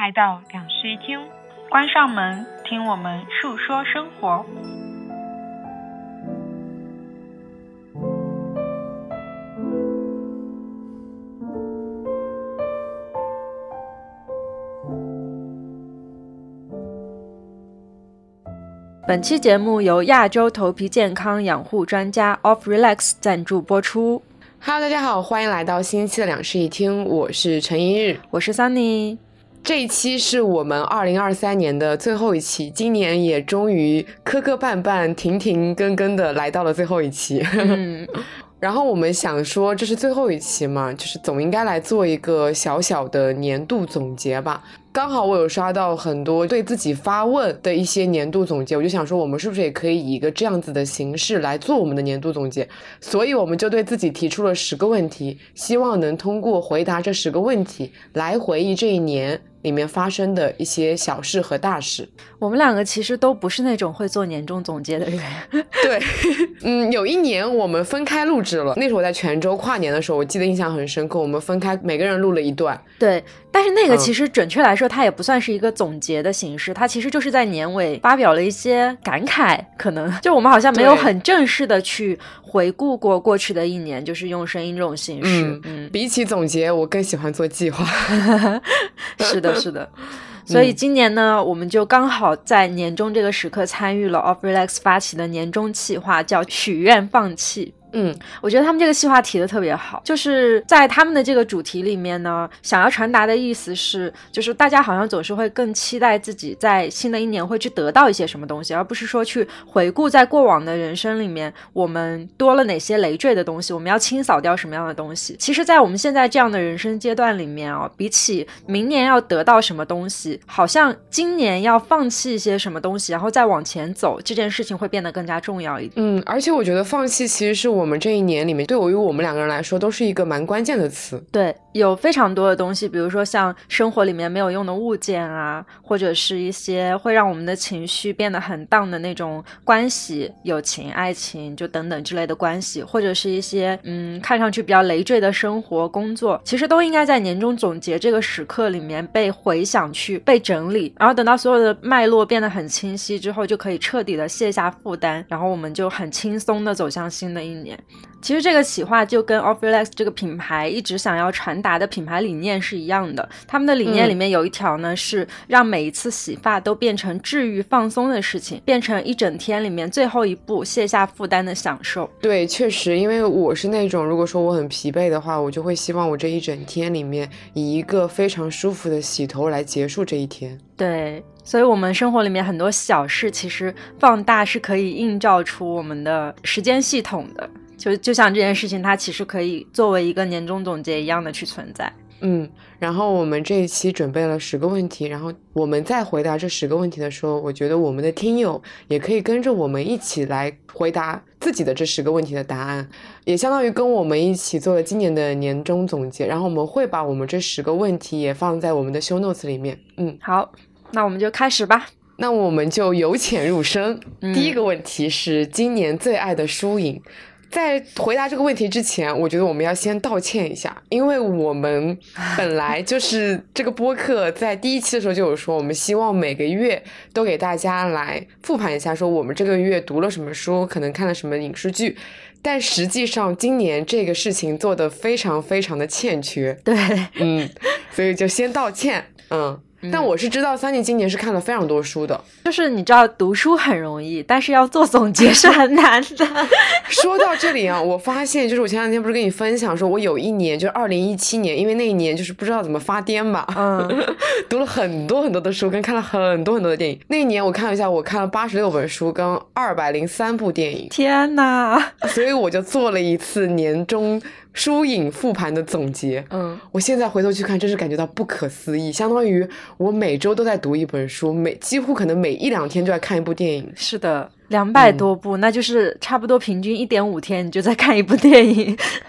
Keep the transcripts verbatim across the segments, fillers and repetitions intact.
来到两室一厅，关上门，听我们述说生活。 本期节目由亚洲头皮健康养护专家 Off Relax 赞助播出。 Hello， 大家好，欢迎来到新一期的两室一厅，我是陈一日， 我是 Sunny。 这一期是我们二零二三年的最后一期，今年也终于磕磕绊绊、停停更更的来到了最后一期。嗯然后我们想说这是最后一期嘛，就是总应该来做一个小小的年度总结吧。刚好我有刷到很多对自己发问的一些年度总结，我就想说我们是不是也可以以一个这样子的形式来做我们的年度总结，所以我们就对自己提出了十个问题，希望能通过回答这十个问题来回忆这一年里面发生的一些小事和大事。 我们两个其实都不是那种会做年终总结的人。 对，嗯，有一年我们分开录制了，那时候我在泉州跨年的时候，我记得印象很深刻，我们分开每个人录了一段。 对，但是那个其实准确来说、嗯、它也不算是一个总结的形式，它其实就是在年尾发表了一些感慨，可能就我们好像没有很正式的去回顾过过去的一年，就是用声音这种形式。 嗯嗯，比起总结我更喜欢做计划。 是的是的，所以今年呢、嗯、我们就刚好在年终这个时刻参与了 Off Relax 发起的年终企划，叫许愿放弃。嗯，我觉得他们这个计划提的特别好，就是在他们的这个主题里面呢，想要传达的意思是，就是大家好像总是会更期待自己在新的一年会去得到一些什么东西，而不是说去回顾在过往的人生里面我们多了哪些累赘的东西，我们要清扫掉什么样的东西。其实在我们现在这样的人生阶段里面哦，比起明年要得到什么东西，好像今年要放弃一些什么东西然后再往前走，这件事情会变得更加重要一点。 嗯，而且我觉得放弃其实是我我们这一年里面对于我们两个人来说都是一个蛮关键的词。 对，有非常多的东西，比如说像生活里面没有用的物件啊，或者是一些会让我们的情绪变得很荡的那种关系，友情、爱情就等等之类的关系，或者是一些嗯看上去比较累赘的生活工作，其实都应该在年终总结这个时刻里面被回想去被整理，然后等到所有的脉络变得很清晰之后，就可以彻底的卸下负担，然后我们就很轻松的走向新的一年。其实这个企划就跟 Off Relax 这个品牌一直想要传达的品牌理念是一样的，他们的理念里面有一条呢、嗯、是让每一次洗发都变成治愈放松的事情，变成一整天里面最后一步卸下负担的享受。 对，确实，因为我是那种如果说我很疲惫的话，我就会希望我这一整天里面以一个非常舒服的洗头来结束这一天。 对，所以我们生活里面很多小事其实放大是可以映照出我们的时间系统的，就就像这件事情它其实可以作为一个年终总结一样的去存在。 嗯，然后我们这一期准备了十个问题，然后我们在回答这十个问题的时候，我觉得我们的听友也可以跟着我们一起来回答自己的这十个问题的答案，也相当于跟我们一起做了今年的年终总结，然后我们会把我们这十个问题也放在我们的 show notes 里面。嗯， 好，那我们就开始吧。 那我们就由浅入深、嗯、第一个问题是今年最爱的书影。在回答这个问题之前，我觉得我们要先道歉一下，因为我们本来就是这个播客在第一期的时候就有说，我们希望每个月都给大家来复盘一下，说我们这个月读了什么书，可能看了什么影视剧，但实际上今年这个事情做得非常非常的欠缺。 对， 嗯，所以就先道歉。嗯。但我是知道Sunny今年是看了非常多书的， 就是你知道读书很容易，但是要做总结是很难的。 说到这里啊，我发现就是我前两天不是跟你分享说我有一年就是二零一七年，因为那一年就是不知道怎么发癫吧，嗯，读了很多很多的书跟看了很多很多的电影。那一年我看了一下，我看了八十六本书跟二百零三部电影。 天哪！ 所以我就做了一次年终书影复盘的总结。嗯，我现在回头去看真是感觉到不可思议，相当于我每周都在读一本书，每几乎可能每一两天就在看一部电影。 是的，两百多部、嗯、那就是差不多平均一点五天你就在看一部电影。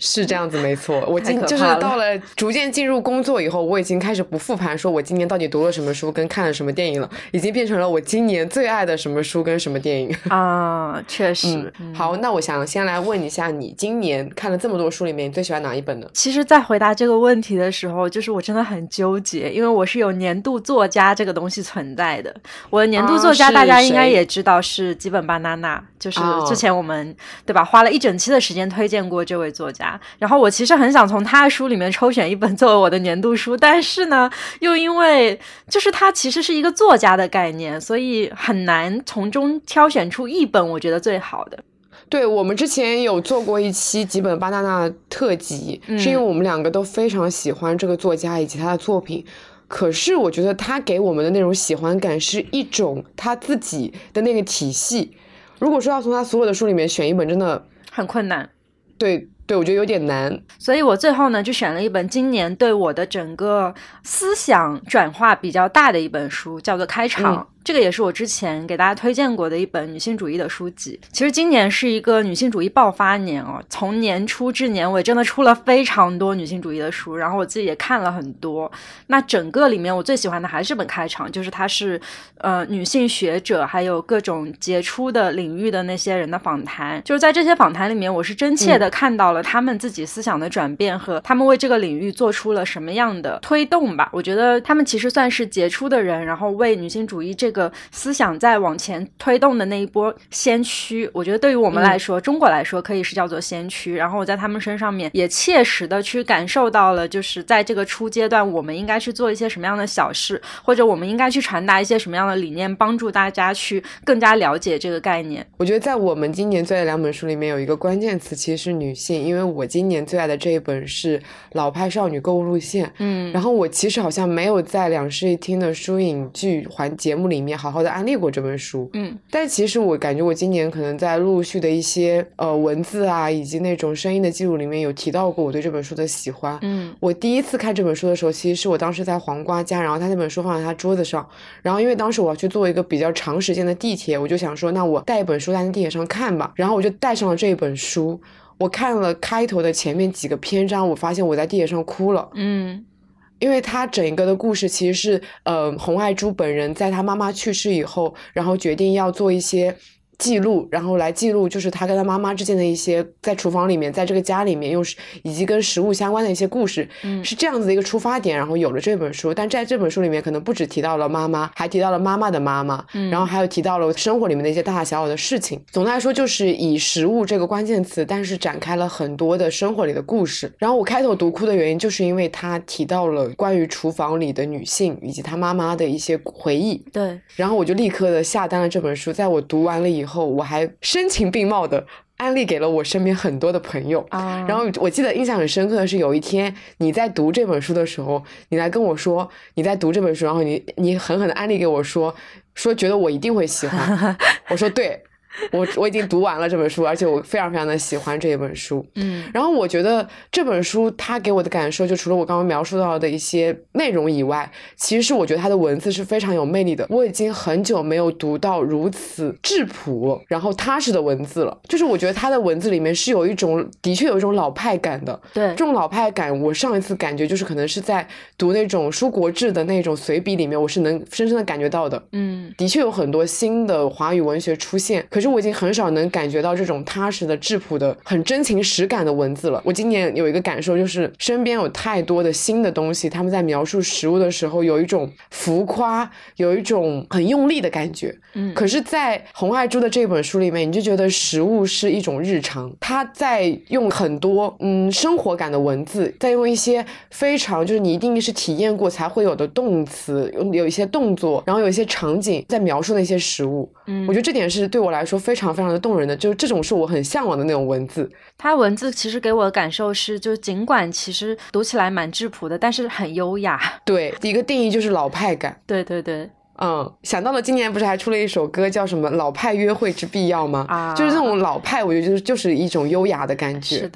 是这样子没错，我今就是到了逐渐进入工作以后，我已经开始不复盘说我今年到底读了什么书跟看了什么电影了，已经变成了我今年最爱的什么书跟什么电影啊，确实、 嗯嗯、好，那我想先来问一下你今年看了这么多书里面你最喜欢哪一本呢？ 其实在回答这个问题的时候，就是我真的很纠结，因为我是有年度作家这个东西存在的。我的年度作家大家应该也知道是吉本巴娜娜，就是之前我们、哦、对吧花了一整期的时间推荐过这位作家，然后我其实很想从他的书里面抽选一本作为我的年度书，但是呢又因为就是他其实是一个作家的概念，所以很难从中挑选出一本我觉得最好的。 对，我们之前有做过一期吉本巴娜娜特辑、嗯、是因为我们两个都非常喜欢这个作家以及他的作品，可是我觉得他给我们的那种喜欢感是一种他自己的那个体系，如果说要从他所有的书里面选一本真的很困难。 对对，我觉得有点难， 所以我最后呢就选了一本今年对我的整个思想转化比较大的一本书，叫做《开场》、嗯，这个也是我之前给大家推荐过的一本女性主义的书籍。其实今年是一个女性主义爆发年哦，从年初至年尾真的出了非常多女性主义的书，然后我自己也看了很多。那整个里面我最喜欢的还是这本《开场》，就是它是呃女性学者还有各种杰出的领域的那些人的访谈，就是在这些访谈里面我是真切的看到了他们自己思想的转变和他们为这个领域做出了什么样的推动吧。我觉得他们其实算是杰出的人，然后为女性主义这个思想在往前推动的那一波先驱，我觉得对于我们来说、嗯、中国来说可以是叫做先驱。然后我在他们身上面也切实的去感受到了，就是在这个初阶段我们应该去做一些什么样的小事，或者我们应该去传达一些什么样的理念，帮助大家去更加了解这个概念。 我觉得在我们今年最爱的两本书里面有一个关键词其实是女性，因为我今年最爱的这一本是老派少女购物路线。嗯，然后我其实好像没有在两室一厅的书影剧环节目里面好好的安利过这本书。嗯，但其实我感觉我今年可能在陆续的一些呃文字啊以及那种声音的记录里面有提到过我对这本书的喜欢。嗯，我第一次看这本书的时候其实是我当时在黄瓜家，然后他那本书放在他桌子上，然后因为当时我要去做一个比较长时间的地铁，我就想说那我带一本书在那地铁上看吧，然后我就带上了这一本书。我看了开头的前面几个篇章，我发现我在地铁上哭了。嗯，因为他整个的故事其实是呃，洪爱珠本人在他妈妈去世以后，然后决定要做一些记录，然后来记录就是他跟他妈妈之间的一些在厨房里面在这个家里面用以及跟食物相关的一些故事。嗯，是这样子的一个出发点，然后有了这本书。但在这本书里面可能不只提到了妈妈，还提到了妈妈的妈妈。嗯，然后还有提到了生活里面的一些大大小小的事情。总的来说就是以食物这个关键词，但是展开了很多的生活里的故事。然后我开头读哭的原因就是因为他提到了关于厨房里的女性以及他妈妈的一些回忆。 对， 然后我就立刻的下单了这本书。在我读完了以后，我还声情并茂的安利给了我身边很多的朋友。啊，然后我记得印象很深刻的是有一天你在读这本书的时候，你来跟我说你在读这本书，然后你你狠狠的安利给我说说觉得我一定会喜欢。我说对，我我已经读完了这本书，而且我非常非常的喜欢这一本书。嗯，然后我觉得这本书它给我的感受，就除了我刚刚描述到的一些内容以外，其实是我觉得它的文字是非常有魅力的。我已经很久没有读到如此质朴然后踏实的文字了，就是我觉得它的文字里面是有一种的确有一种老派感的。对，这种老派感我上一次感觉就是可能是在读那种舒国治的那种随笔里面，我是能深深的感觉到的。嗯，的确有很多新的华语文学出现，可是我已经很少能感觉到这种踏实的质朴的很真情实感的文字了。我今年有一个感受，就是身边有太多的新的东西，他们在描述食物的时候有一种浮夸，有一种很用力的感觉。嗯，可是在洪爱珠的这本书里面，你就觉得食物是一种日常，他在用很多嗯生活感的文字，在用一些非常就是你一定是体验过才会有的动词，有一些动作，然后有一些场景在描述那些食物。嗯，我觉得这点是对我来说非常非常的动人的，就是这种是我很向往的那种文字。 它文字其实给我的感受是，就尽管其实读起来蛮质朴的，但是很优雅。 对，一个定义就是老派感。 对对对。 嗯，想到了今年不是还出了一首歌叫什么老派约会之必要吗？啊，就是这种老派我觉得就是就是一种优雅的感觉。 是的。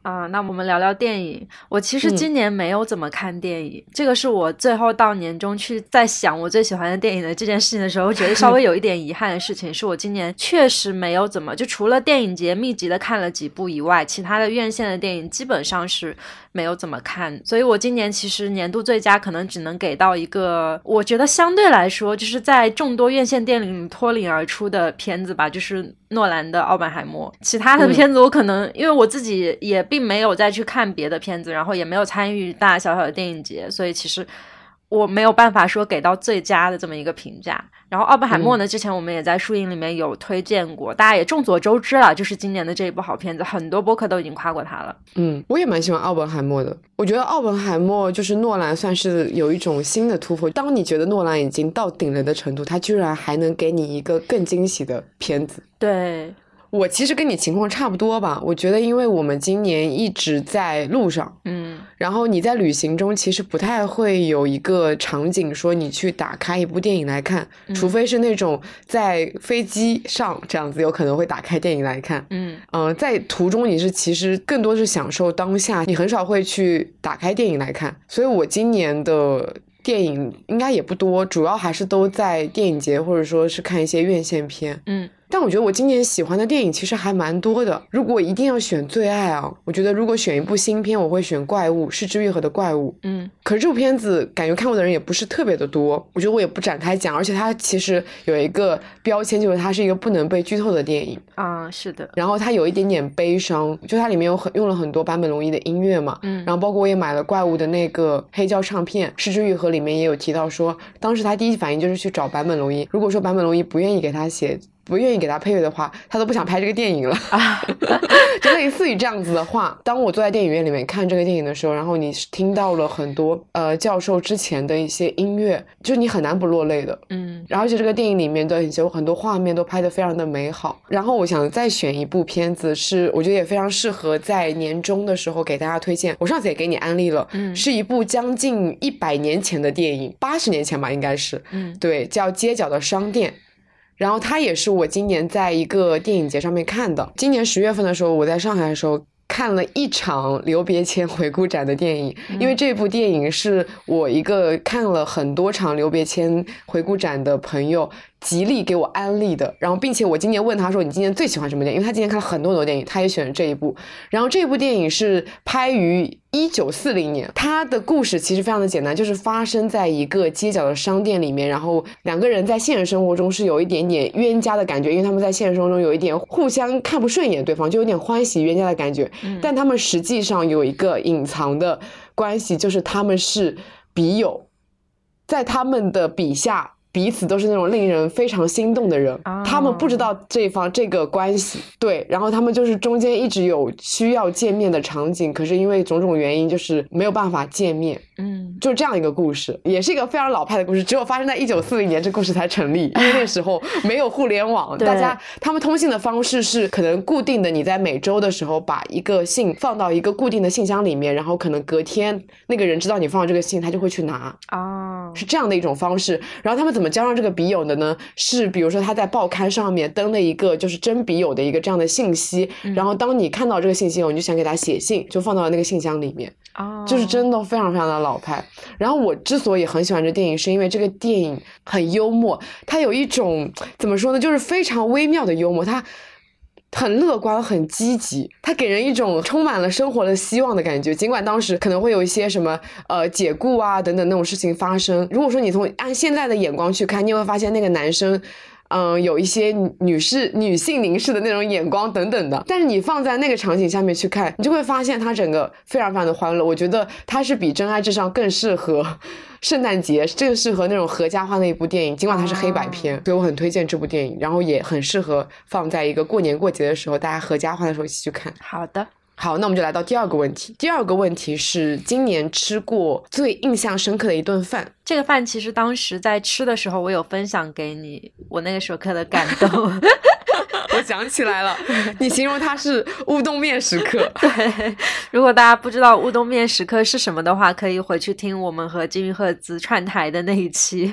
啊，那我们聊聊电影。我其实今年没有怎么看电影，嗯、这个是我最后到年终去在想我最喜欢的电影的这件事情的时候，觉得稍微有一点遗憾的事情，是我今年确实没有怎么，就除了电影节密集的看了几部以外，其他的院线的电影基本上是没有怎么看。所以我今年其实年度最佳可能只能给到一个，我觉得相对来说就是在众多院线电影里脱颖而出的片子吧，就是诺兰的《奥本海默》。其他的片子我可能、嗯、因为我自己也并没有再去看别的片子，然后也没有参与大大小小的电影节，所以其实我没有办法说给到最佳的这么一个评价。然后奥本海默呢、嗯、之前我们也在书影里面有推荐过，大家也众所周知了，就是今年的这一部好片子，很多播客都已经夸过他了。 嗯，我也蛮喜欢奥本海默的。我觉得奥本海默就是诺兰算是有一种新的突破，当你觉得诺兰已经到顶了的程度，他居然还能给你一个更惊喜的片子。 对， 我其实跟你情况差不多吧，我觉得因为我们今年一直在路上， 嗯， 然后你在旅行中其实不太会有一个场景说你去打开一部电影来看、嗯、除非是那种在飞机上这样子有可能会打开电影来看， 嗯呃，在途中你是其实更多是享受当下，你很少会去打开电影来看，所以我今年的电影应该也不多，主要还是都在电影节或者说是看一些院线片。 嗯， 但我觉得我今年喜欢的电影其实还蛮多的。如果一定要选最爱啊，我觉得如果选一部新片，我会选怪物，是枝裕和的怪物。 嗯， 可是这部片子感觉看过的人也不是特别的多，我觉得我也不展开讲，而且它其实有一个标签，就是它是一个不能被剧透的电影啊，是的。 然后它有一点点悲伤，就它里面有很用了很多坂本龙一的音乐嘛， 嗯， 然后包括我也买了怪物的那个黑胶唱片，是枝裕和里面也有提到说，当时他第一反应就是去找坂本龙一，如果说坂本龙一不愿意给他写不愿意给他配乐的话，他都不想拍这个电影了啊，就类似于这样子的话。当我坐在电影院里面看这个电影的时候，然后你听到了很多呃教授之前的一些音乐，就是你很难不落泪的。 嗯， 然后而且这个电影里面的一些很多画面都拍得非常的美好。然后我想再选一部片子，是我觉得也非常适合在年终的时候给大家推荐，我上次也给你安利了， 嗯， 是一部将近一百年前的电影，八十年前吧应该是， 嗯， 对，叫《街角的商店》。然后它也是我今年在一个电影节上面看的，今年十月份的时候我在上海的时候看了一场留别前回顾展的电影、嗯、因为这部电影是我一个看了很多场留别前回顾展的朋友极力给我安利的，然后并且我今年问他说你今年最喜欢什么电影，因为他今年看了很多很多电影，他也选了这一部。然后这部电影是拍于一九四零年，它的故事其实非常的简单，就是发生在一个街角的商店里面，然后两个人在现实生活中是有一点点冤家的感觉，因为他们在现实生活中有一点互相看不顺眼对方，就有点欢喜冤家的感觉、嗯、但他们实际上有一个隐藏的关系，就是他们是笔友，在他们的笔下彼此都是那种令人非常心动的人、oh. 他们不知道这方这个关系，对，然后他们就是中间一直有需要见面的场景，可是因为种种原因就是没有办法见面， 嗯， 就这样一个故事，也是一个非常老派的故事，只有发生在一九四零年这故事才成立，因为那时候没有互联网大家他们通信的方式是可能固定的，你在每周的时候把一个信放到一个固定的信箱里面，然后可能隔天那个人知道你放了这个信，他就会去拿， 哦、 oh. 是这样的一种方式。然后他们怎么交上这个笔友的呢？是比如说他在报刊上面登了一个就是征笔友的一个这样的信息、嗯、然后当你看到这个信息后，你就想给他写信，就放到那个信箱里面、 oh. 就是真的非常非常的老派。然后我之所以很喜欢这电影，是因为这个电影很幽默，它有一种怎么说呢，就是非常微妙的幽默，它很乐观很积极，它给人一种充满了生活的希望的感觉。尽管当时可能会有一些什么呃解雇啊等等那种事情发生，如果说你从按现在的眼光去看，你会发现那个男生嗯，有一些女士女性凝视的那种眼光等等的，但是你放在那个场景下面去看，你就会发现它整个非常非常的欢乐。我觉得它是比真爱至上更适合圣诞节，更适合那种合家欢的一部电影，尽管它是黑白片、oh. 所以我很推荐这部电影，然后也很适合放在一个过年过节的时候大家合家欢的时候一起去看。 好的， 好，那我们就来到第二个问题。第二个问题是今年吃过最印象深刻的一顿饭。 这个饭其实当时在吃的时候我有分享给你，我那个时刻的感动我想起来了，你形容它是乌冬面时刻。 对，如果大家不知道乌冬面时刻是什么的话，可以回去听我们和金鱼赫兹串台的那一期。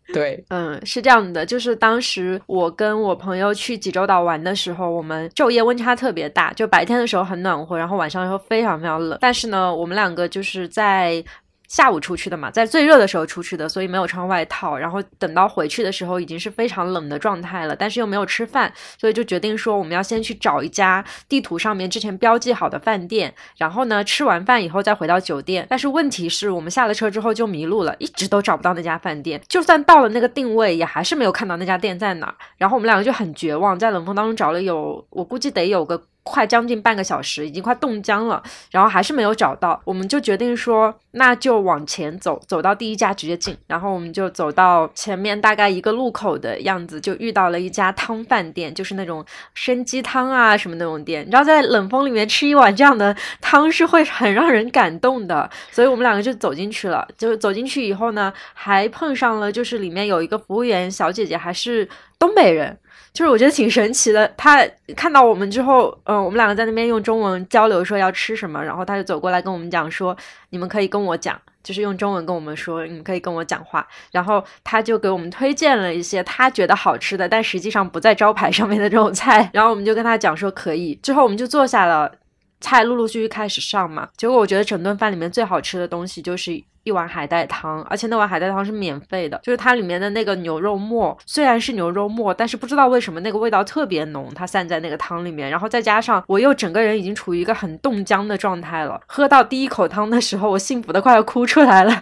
对， 嗯，是这样的，就是当时我跟我朋友去济州岛玩的时候，我们昼夜温差特别大，就白天的时候很暖和，然后晚上又非常非常冷。但是呢，我们两个就是在下午出去的嘛，在最热的时候出去的，所以没有穿外套，然后等到回去的时候已经是非常冷的状态了，但是又没有吃饭，所以就决定说我们要先去找一家地图上面之前标记好的饭店，然后呢吃完饭以后再回到酒店。但是问题是我们下了车之后就迷路了，一直都找不到那家饭店，就算到了那个定位也还是没有看到那家店在哪。然后我们两个就很绝望，在冷风当中找了有我估计得有个快将近半个小时，已经快冻僵了，然后还是没有找到。我们就决定说那就往前走，走到第一家直接进。然后我们就走到前面大概一个路口的样子，就遇到了一家汤饭店，就是那种参鸡汤啊什么那种店。你知道在冷风里面吃一碗这样的汤是会很让人感动的，所以我们两个就走进去了。就走进去以后呢，还碰上了就是里面有一个服务员小姐姐还是东北人，就是我觉得挺神奇的。他看到我们之后，嗯、呃，我们两个在那边用中文交流说要吃什么，然后他就走过来跟我们讲说，你们可以跟我讲，就是用中文跟我们说，你们可以跟我讲话。然后他就给我们推荐了一些他觉得好吃的，但实际上不在招牌上面的这种菜，然后我们就跟他讲说可以。之后我们就坐下了，菜陆陆续续开始上嘛。结果我觉得整顿饭里面最好吃的东西就是一碗海带汤，而且那碗海带汤是免费的，就是它里面的那个牛肉末虽然是牛肉末，但是不知道为什么那个味道特别浓，它散在那个汤里面。然后再加上我又整个人已经处于一个很冻僵的状态了，喝到第一口汤的时候我幸福的快要哭出来了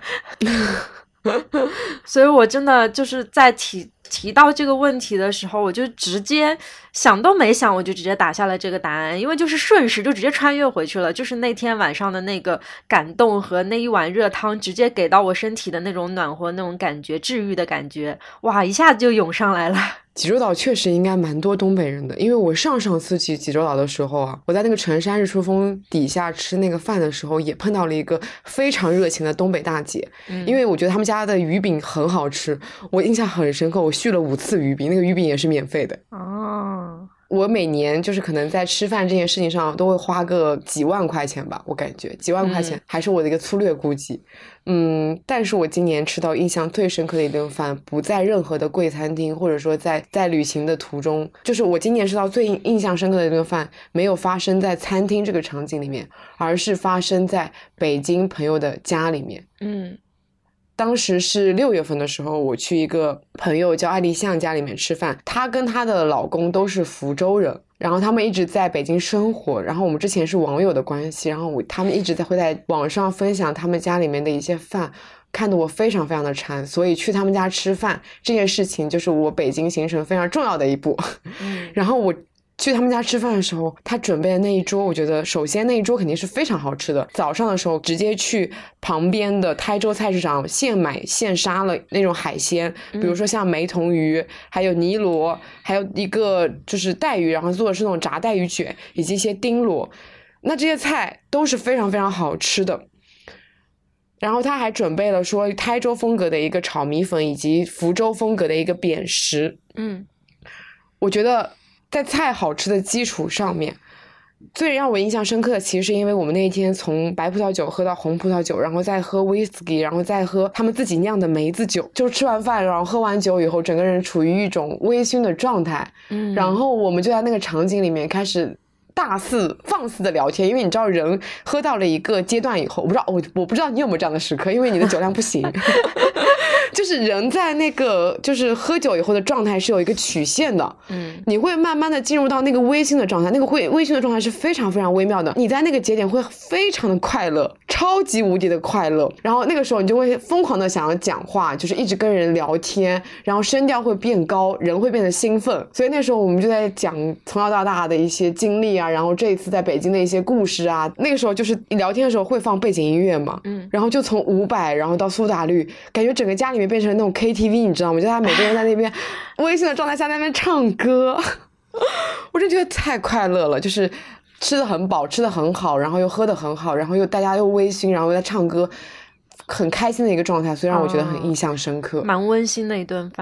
所以我真的就是在提提到这个问题的时候，我就直接想都没想，我就直接打下了这个答案，因为就是瞬时就直接穿越回去了，就是那天晚上的那个感动和那一碗热汤直接给到我身体的那种暖和那种感觉，治愈的感觉，哇，一下子就涌上来了。 济州岛确实应该蛮多东北人的，因为我上上次去济州岛的时候啊，我在那个城山日出峰底下吃那个饭的时候，也碰到了一个非常热情的东北大姐、嗯、因为我觉得他们家的鱼饼很好吃，我印象很深刻，我续了五次鱼饼，那个鱼饼也是免费的哦。我每年就是可能在吃饭这件事情上都会花个几万块钱吧，我感觉几万块钱还是我的一个粗略估计。嗯，但是我今年吃到印象最深刻的一顿饭不在任何的贵餐厅，或者说在在旅行的途中，就是我今年吃到最印象深刻的一顿饭没有发生在餐厅这个场景里面，而是发生在北京朋友的家里面。嗯，当时是六月份的时候，我去一个朋友叫艾丽巷家里面吃饭，她跟她的老公都是福州人，然后他们一直在北京生活，然后我们之前是网友的关系，然后我他们一直在会在网上分享他们家里面的一些饭，看得我非常非常的馋，所以去他们家吃饭这件事情就是我北京行程非常重要的一步、嗯、然后我去他们家吃饭的时候，他准备的那一桌，我觉得首先那一桌肯定是非常好吃的。早上的时候直接去旁边的台州菜市场现买现杀了那种海鲜，比如说像梅童鱼，还有尼螺，还有一个就是带鱼，然后做的是那种炸带鱼卷，以及一些丁螺。那这些菜都是非常非常好吃的。然后他还准备了说台州风格的一个炒米粉，以及福州风格的一个扁食。嗯，我觉得在菜好吃的基础上面，最让我印象深刻的其实是因为我们那一天从白葡萄酒喝到红葡萄酒，然后再喝 whisky， 然后再喝他们自己酿的梅子酒，就吃完饭然后喝完酒以后整个人处于一种微醺的状态。嗯，然后我们就在那个场景里面开始大肆放肆的聊天，因为你知道人喝到了一个阶段以后，我不知道我我不知道你有没有这样的时刻，因为你的酒量不行就是人在那个就是喝酒以后的状态是有一个曲线的，嗯，你会慢慢的进入到那个微醺的状态，那个会微醺的状态是非常非常微妙的，你在那个节点会非常的快乐，超级无敌的快乐，然后那个时候你就会疯狂的想要讲话，就是一直跟人聊天，然后声调会变高，人会变得兴奋，所以那时候我们就在讲从小到大的一些经历啊，然后这一次在北京的一些故事啊，那个时候就是聊天的时候会放背景音乐嘛，嗯，然后就从伍佰然后到苏打绿，感觉整个家里面变成那种 K T V， 你知道吗？就他每个人在那边微醺的状态下在那边唱歌我真觉得太快乐了，就是吃的很饱，吃的很好，然后又喝的很好，然后又大家又微醺，然后又在唱歌，很开心的一个状态，所以让我觉得很印象深刻、 哦、蛮温馨的一顿饭。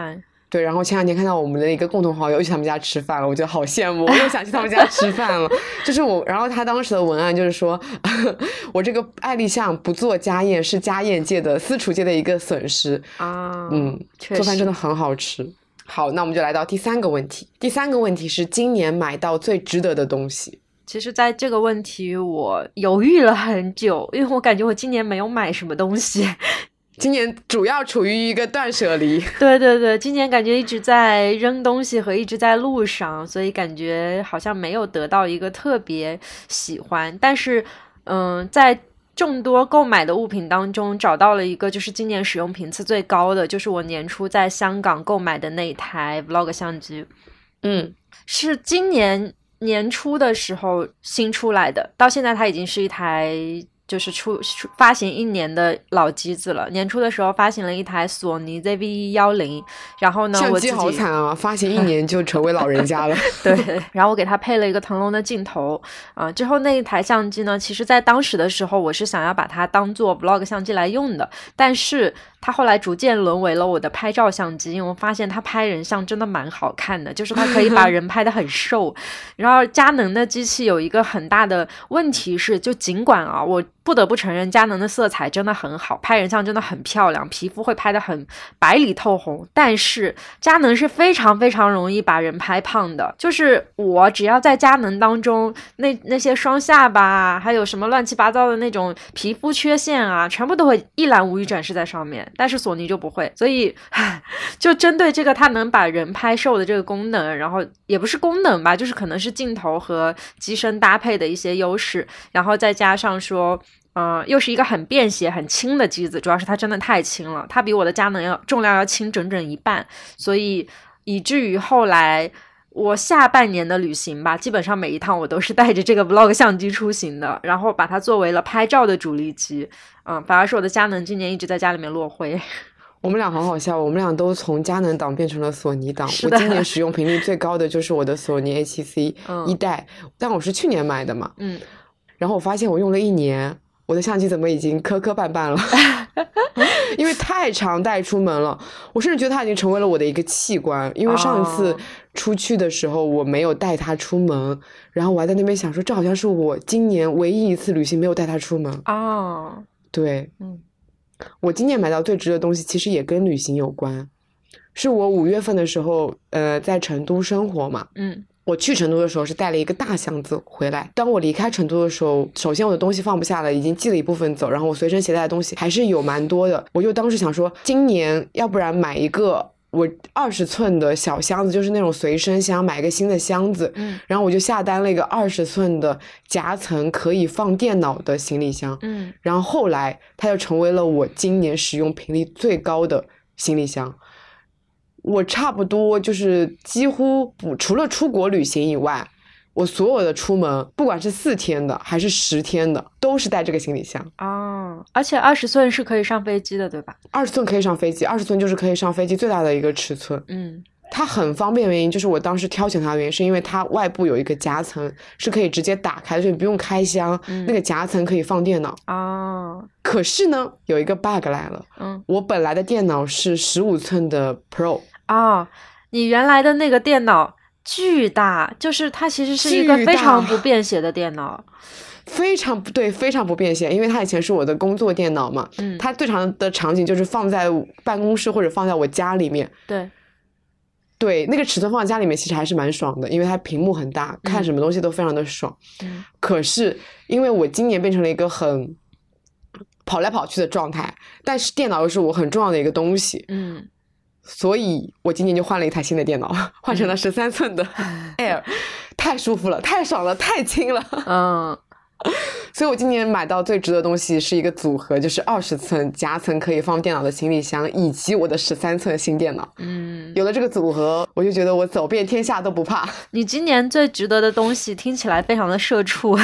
对，然后前两天看到我们的一个共同好友又去他们家吃饭了，我觉得好羡慕，我又想去他们家吃饭了。就是我，然后他当时的文案就是说，我这个爱立信不做家宴是家宴界的私厨界的一个损失啊。 嗯，做饭真的很好吃。好，那我们就来到第三个问题。第三个问题是今年买到最值得的东西。 其实在这个问题我犹豫了很久，因为我感觉我今年没有买什么东西。 今年主要处于一个断舍离。 对对对，今年感觉一直在扔东西和一直在路上，所以感觉好像没有得到一个特别喜欢。但是嗯，在众多购买的物品当中找到了一个就是今年使用频次最高的，就是我年初在香港购买的那一台 vlog 相机。 嗯， 是今年年初的时候新出来的，到现在它已经是一台就是出发行一年的老机子了。年初的时候发行了一台索尼 Z V 一十，然后呢， 相机我自己好惨啊，发行一年就成为老人家了。 对，然后我给它配了一个腾龙的镜头啊、呃。之后那一台相机呢，其实在当时的时候我是想要把它当做 vlog 相机来用的，但是它后来逐渐沦为了我的拍照相机，因为我发现它拍人像真的蛮好看的，就是它可以把人拍得很瘦。然后佳能的机器有一个很大的问题是，就尽管啊，我不得不承认佳能的色彩真的很好，拍人像真的很漂亮，皮肤会拍得很白里透红，但是佳能是非常非常容易把人拍胖的。就是我只要在佳能当中那那些双下巴啊，还有什么乱七八糟的那种皮肤缺陷啊，全部都会一览无余展示在上面，但是索尼就不会。所以就针对这个它能把人拍瘦的这个功能，然后也不是功能吧，就是可能是镜头和机身搭配的一些优势，然后再加上说嗯、呃，又是一个很便携很轻的机子，主要是它真的太轻了，它比我的佳能要重量要轻整整一半，所以以至于后来我下半年的旅行吧，基本上每一趟我都是带着这个 vlog 相机出行的，然后把它作为了拍照的主力机。嗯，反而是我的佳能今年一直在家里面落灰。 我们俩好好笑，我们俩都从佳能党变成了索尼党。我今年使用频率最高的就是我的索尼 A 七 C 一代、嗯、但我是去年买的嘛，嗯，然后我发现我用了一年，我的相机怎么已经磕磕绊绊了因为太常带出门了，我甚至觉得它已经成为了我的一个器官。因为上一次出去的时候我没有带它出门、哦、然后我还在那边想说，这好像是我今年唯一一次旅行没有带它出门。 哦， 对，嗯，我今年买到最值的东西其实也跟旅行有关，是我五月份的时候呃，在成都生活嘛，嗯，我去成都的时候是带了一个大箱子回来，当我离开成都的时候，首先我的东西放不下了，已经寄了一部分走，然后我随身携带的东西还是有蛮多的。我就当时想说，今年要不然买一个我二十寸的小箱子，就是那种随身箱，买一个新的箱子，嗯，然后我就下单了一个二十寸的夹层可以放电脑的行李箱，嗯，然后后来它就成为了我今年使用频率最高的行李箱。我差不多就是几乎不除了出国旅行以外，我所有的出门不管是四天的还是十天的都是带这个行李箱。 哦，而且二十寸是可以上飞机的对吧？ 二十寸可以上飞机，二十寸就是可以上飞机最大的一个尺寸。嗯，它很方便的原因就是我当时挑选它的原因是因为它外部有一个夹层是可以直接打开的，就你不用开箱、嗯、那个夹层可以放电脑。哦，可是呢有一个 bug 来了，嗯，我本来的电脑是十五寸的 Pro。 哦，你原来的那个电脑巨大，就是它其实是一个非常不便携的电脑。 非常不对，非常不便携，因为它以前是我的工作电脑嘛，嗯，它最常的场景就是放在办公室或者放在我家里面。 对对，那个尺寸放在家里面其实还是蛮爽的，因为它屏幕很大，看什么东西都非常的爽。嗯，可是因为我今年变成了一个很跑来跑去的状态，但是电脑又是我很重要的一个东西，嗯，所以我今年就换了一台新的电脑，换成了十三寸的 Air， 太舒服了，太爽了，太轻了。嗯，所以我今年买到最值的东西是一个组合，就是二十寸夹层可以放电脑的行李箱，以及我的十三寸新电脑。嗯，有了这个组合，我就觉得我走遍天下都不怕。 你今年最值得的东西听起来非常的社畜。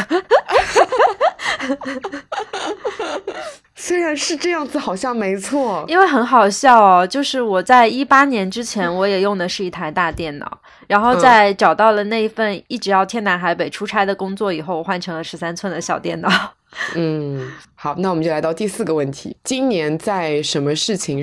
虽然是这样子，好像没错， 因为很好笑哦。就是我在一八年之前，我也用的是一台大电脑，然后在找到了那一份一直要天南海北出差的工作以后，我换成了十三寸的小电脑。 嗯，好，那我们就来到第四个问题：今年在什么事情上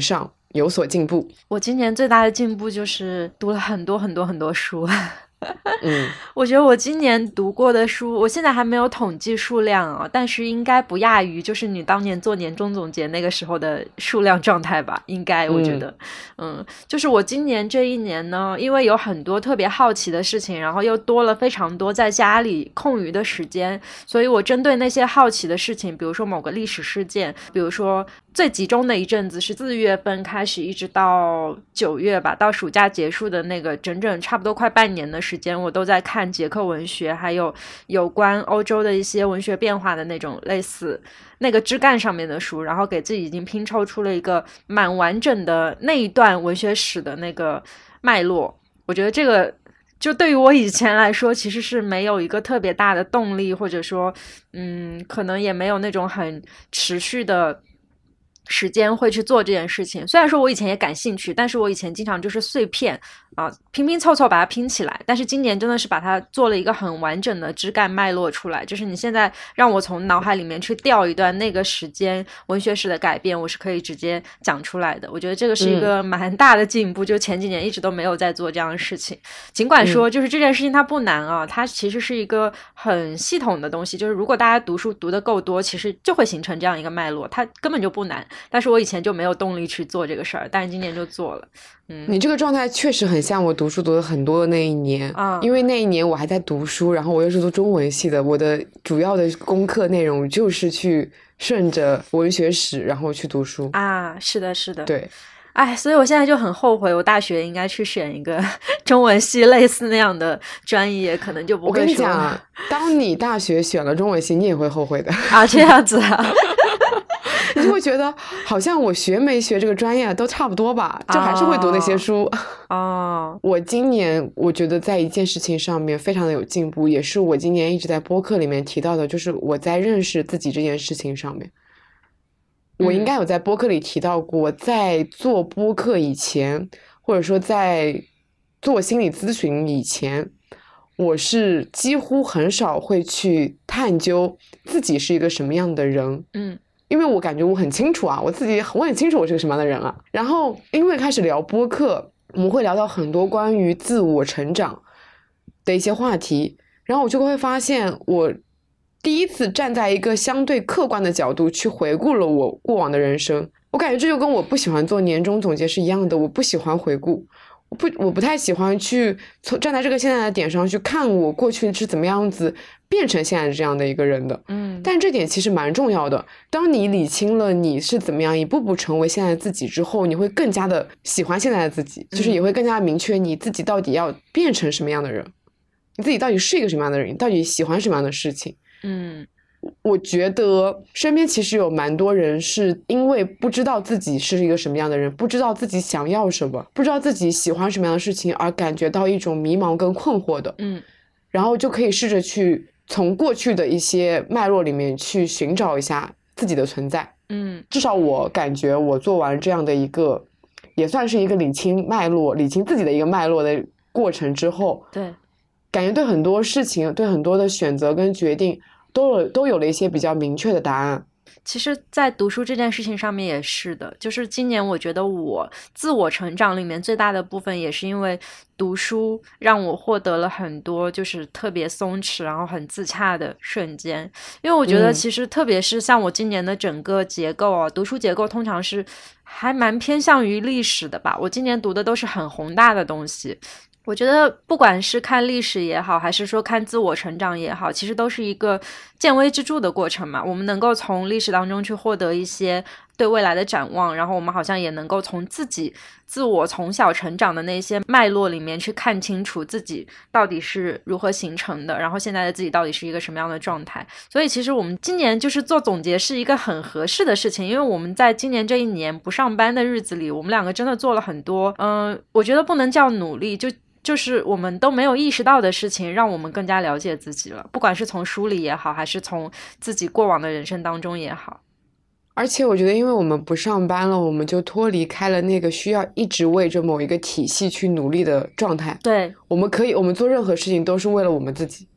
有所进步？ 我今年最大的进步就是读了很多很多很多书。 嗯， 我觉得我今年读过的书，我现在还没有统计数量啊，但是应该不亚于就是你当年做年终总结那个时候的数量状态吧，应该我觉得。嗯, 嗯，就是我今年这一年呢，因为有很多特别好奇的事情，然后又多了非常多在家里空余的时间，所以我针对那些好奇的事情，比如说某个历史事件，比如说最集中的一阵子是四月份开始一直到九月吧，到暑假结束的那个整整差不多快半年的时间，我都在看捷克文学，还有有关欧洲的一些文学变化的那种类似那个枝干上面的书，然后给自己已经拼凑出了一个蛮完整的那一段文学史的那个脉络。我觉得这个就对于我以前来说其实是没有一个特别大的动力，或者说嗯，可能也没有那种很持续的时间会去做这件事情。虽然说我以前也感兴趣，但是我以前经常就是碎片啊，拼拼凑凑把它拼起来，但是今年真的是把它做了一个很完整的枝干脉络出来，就是你现在让我从脑海里面去调一段那个时间文学史的改变，我是可以直接讲出来的。我觉得这个是一个蛮大的进步、嗯、就前几年一直都没有在做这样的事情。尽管说就是这件事情它不难啊，它其实是一个很系统的东西，就是如果大家读书读得够多，其实就会形成这样一个脉络，它根本就不难。但是我以前就没有动力去做这个事儿，但是今年就做了。嗯， 你这个状态确实很像我读书读的很多的那一年啊，因为那一年我还在读书，然后我又是读中文系的，我的主要的功课内容就是去顺着文学史然后去读书啊。是的是的， 对。 哎，所以我现在就很后悔，我大学应该去选一个中文系类似那样的专业，可能就不会说。 我跟你讲，当你大学选了中文系，你也会后悔的啊，这样子啊。 你就会觉得好像我学没学这个专业都差不多吧，就还是会读那些书。 哦， oh. 我今年我觉得在一件事情上面非常的有进步，也是我今年一直在播客里面提到的，就是我在认识自己这件事情上面。我应该有在播客里提到过，在做播客以前，或者说在做心理咨询以前，我是几乎很少会去探究自己是一个什么样的人。 嗯， 因为我感觉我很清楚啊，我自己我很清楚我是个什么样的人啊。然后因为开始聊播客，我们会聊到很多关于自我成长的一些话题，然后我就会发现我第一次站在一个相对客观的角度去回顾了我过往的人生。我感觉这就跟我不喜欢做年终总结是一样的，我不喜欢回顾，我不我不太喜欢去从站在这个现在的点上去看我过去是怎么样子变成现在这样的一个人的。 嗯， 但这点其实蛮重要的。当你理清了你是怎么样一步步成为现在的自己之后，你会更加的喜欢现在的自己，就是也会更加明确你自己到底要变成什么样的人，你自己到底是一个什么样的人，你到底喜欢什么样的事情。 嗯， 我觉得身边其实有蛮多人是因为不知道自己是一个什么样的人，不知道自己想要什么，不知道自己喜欢什么样的事情，而感觉到一种迷茫跟困惑的。 嗯， 然后就可以试着去从过去的一些脉络里面去寻找一下自己的存在。 嗯， 至少我感觉我做完这样的一个也算是一个理清脉络理清自己的一个脉络的过程之后， 对， 感觉对很多事情对很多的选择跟决定都有都有了一些比较明确的答案。 其实在读书这件事情上面也是的，就是今年我觉得我自我成长里面最大的部分也是因为读书让我获得了很多就是特别松弛然后很自洽的瞬间。因为我觉得其实特别是像我今年的整个结构啊、嗯、读书结构通常是还蛮偏向于历史的吧，我今年读的都是很宏大的东西。我觉得不管是看历史也好，还是说看自我成长也好，其实都是一个见微知著的过程嘛。我们能够从历史当中去获得一些对未来的展望，然后我们好像也能够从自己自我从小成长的那些脉络里面去看清楚自己到底是如何形成的，然后现在的自己到底是一个什么样的状态。所以其实我们今年就是做总结是一个很合适的事情，因为我们在今年这一年不上班的日子里，我们两个真的做了很多嗯、呃，我觉得不能叫努力，就就是我们都没有意识到的事情，让我们更加了解自己了，不管是从书里也好，还是从自己过往的人生当中也好。 而且我觉得因为我们不上班了，我们就脱离开了那个需要一直为着某一个体系去努力的状态。 对， 我们可以我们做任何事情都是为了我们自己。 嗯，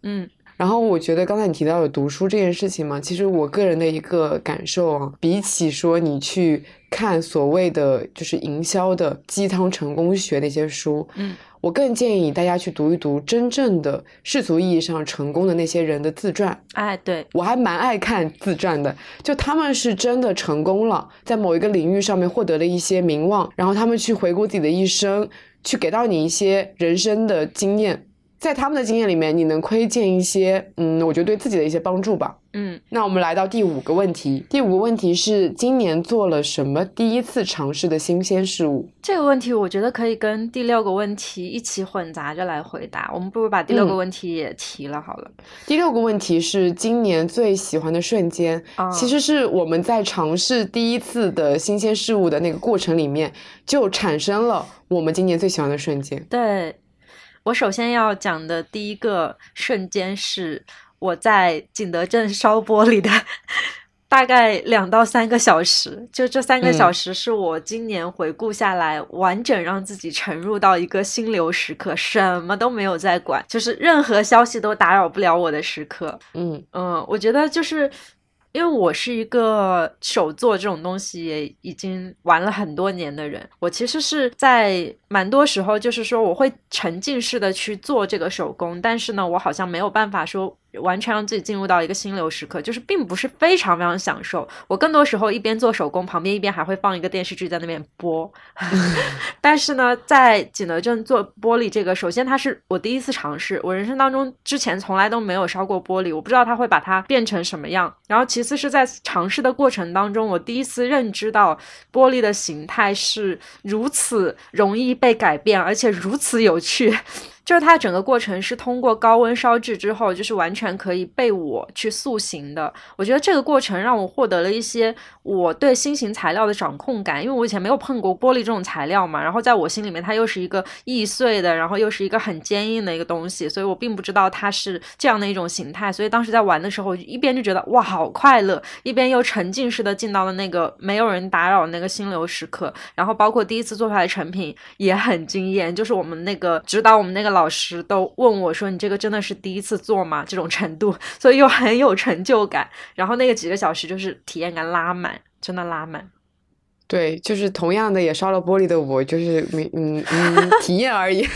然后我觉得刚才你提到有读书这件事情嘛，其实我个人的一个感受啊，比起说你去看所谓的就是营销的鸡汤成功学那些书， 嗯， 我更建议大家去读一读真正的世俗意义上成功的那些人的自传。 哎，对， 我还蛮爱看自传的，就他们是真的成功了，在某一个领域上面获得了一些名望，然后他们去回顾自己的一生，去给到你一些人生的经验，在他们的经验里面你能窥见一些嗯，我觉得对自己的一些帮助吧。 嗯， 那我们来到第五个问题，第五个问题是今年做了什么第一次尝试的新鲜事物？ 这个问题我觉得可以跟第六个问题一起混杂着来回答，我们不如把第六个问题也提了好了。 嗯、第六个问题是今年最喜欢的瞬间、哦、其实是我们在尝试第一次的新鲜事物的那个过程里面就产生了我们今年最喜欢的瞬间。 对，我首先要讲的第一个瞬间是我在景德镇烧玻璃的大概两到三个小时，就这三个小时是我今年回顾下来完整让自己沉入到一个心流时刻，什么都没有在管，就是任何消息都打扰不了我的时刻。 嗯嗯，我觉得就是因为我是一个手作这种东西也已经玩了很多年的人，我其实是在蛮多时候就是说我会沉浸式的去做这个手工，但是呢我好像没有办法说完全让自己进入到一个心流时刻，就是并不是非常非常享受。我更多时候一边做手工旁边一边还会放一个电视剧在那边播但是呢在景德镇做玻璃这个，首先它是我第一次尝试，我人生当中之前从来都没有烧过玻璃，我不知道它会把它变成什么样。然后其次是在尝试的过程当中，我第一次认知到玻璃的形态是如此容易被改变而且如此有趣，就是它整个过程是通过高温烧制之后就是完全可以被我去塑形的。我觉得这个过程让我获得了一些我对新型材料的掌控感，因为我以前没有碰过玻璃这种材料嘛，然后在我心里面它又是一个易碎的，然后又是一个很坚硬的一个东西，所以我并不知道它是这样的一种形态，所以当时在玩的时候一边就觉得哇好快乐，一边又沉浸式的进到了那个没有人打扰那个心流时刻。然后包括第一次做出来的成品也很惊艳，就是我们那个指导我们那个老师都问我说你这个真的是第一次做吗这种程度，所以又很有成就感。然后那个几个小时就是体验感拉满，真的拉满。 对，就是同样的也烧了玻璃的我就是嗯嗯体验而已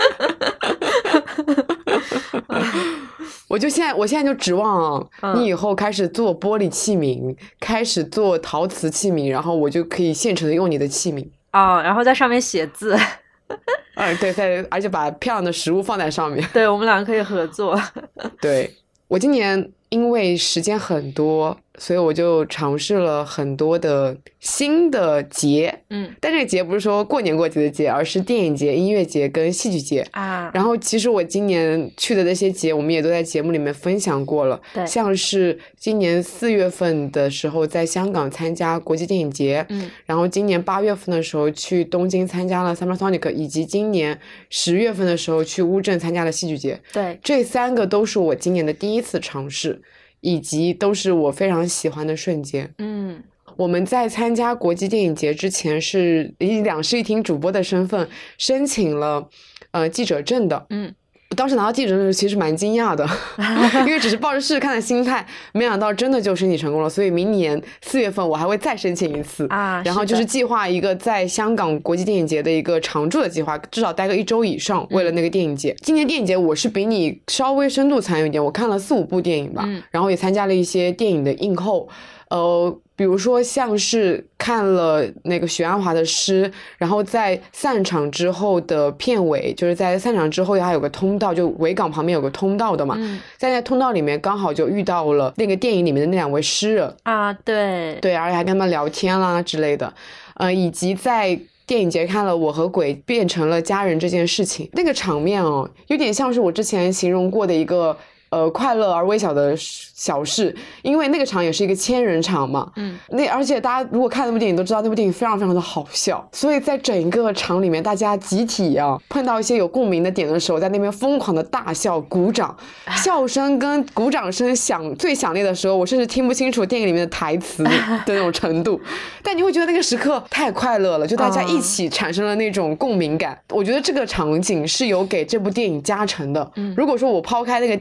我就现在我现在就指望、啊嗯、你以后开始做玻璃器皿，开始做陶瓷器皿，然后我就可以现成的用你的器皿哦，然后在上面写字嗯，对，在而且把漂亮的食物放在上面， 对，我们两个可以合作对，我今年因为时间很多，所以我就尝试了很多的新的节， 嗯， 但这个节不是说过年过节的节，而是电影节、音乐节跟戏剧节啊。 然后其实我今年去的那些节我们也都在节目里面分享过了， 对， 像是今年四月份的时候在香港参加国际电影节， 嗯， 然后今年八月份的时候去东京参加了 Summer Sonic， 以及今年十月份的时候去乌镇参加了戏剧节， 对， 这三个都是我今年的第一次尝试，以及都是我非常喜欢的瞬间。 嗯， 我们在参加国际电影节之前是以两室一厅主播的身份申请了呃记者证的， 嗯， 当时拿到记者证其实蛮惊讶的因为只是抱着试试看的心态，没想到真的就申请成功了，所以明年四月份我还会再申请一次啊， 然后就是计划一个在香港国际电影节的一个常驻的计划，至少待个一周以上，为了那个电影节、嗯、今年电影节我是比你稍微深度参与一点，我看了四五部电影吧、嗯、然后也参加了一些电影的映后，呃比如说像是看了那个许鞍华的诗，然后在散场之后的片尾，就是在散场之后还有个通道，就维港旁边有个通道的嘛、嗯、在那通道里面刚好就遇到了那个电影里面的那两位诗人啊，对对，而且还跟他们聊天啦之类的，呃，以及在电影节看了我和鬼变成了家人这件事情，那个场面哦，有点像是我之前形容过的一个呃，快乐而微小的小事，因为那个场也是一个千人场嘛， 嗯， 那而且大家如果看那部电影都知道那部电影非常非常的好笑，所以在整个场里面大家集体啊碰到一些有共鸣的点的时候，在那边疯狂的大笑鼓掌，笑声跟鼓掌声响最响烈的时候，我甚至听不清楚电影里面的台词的那种程度但你会觉得那个时刻太快乐了，就大家一起产生了那种共鸣感、嗯、我觉得这个场景是有给这部电影加成的、嗯、如果说我抛开那个电影场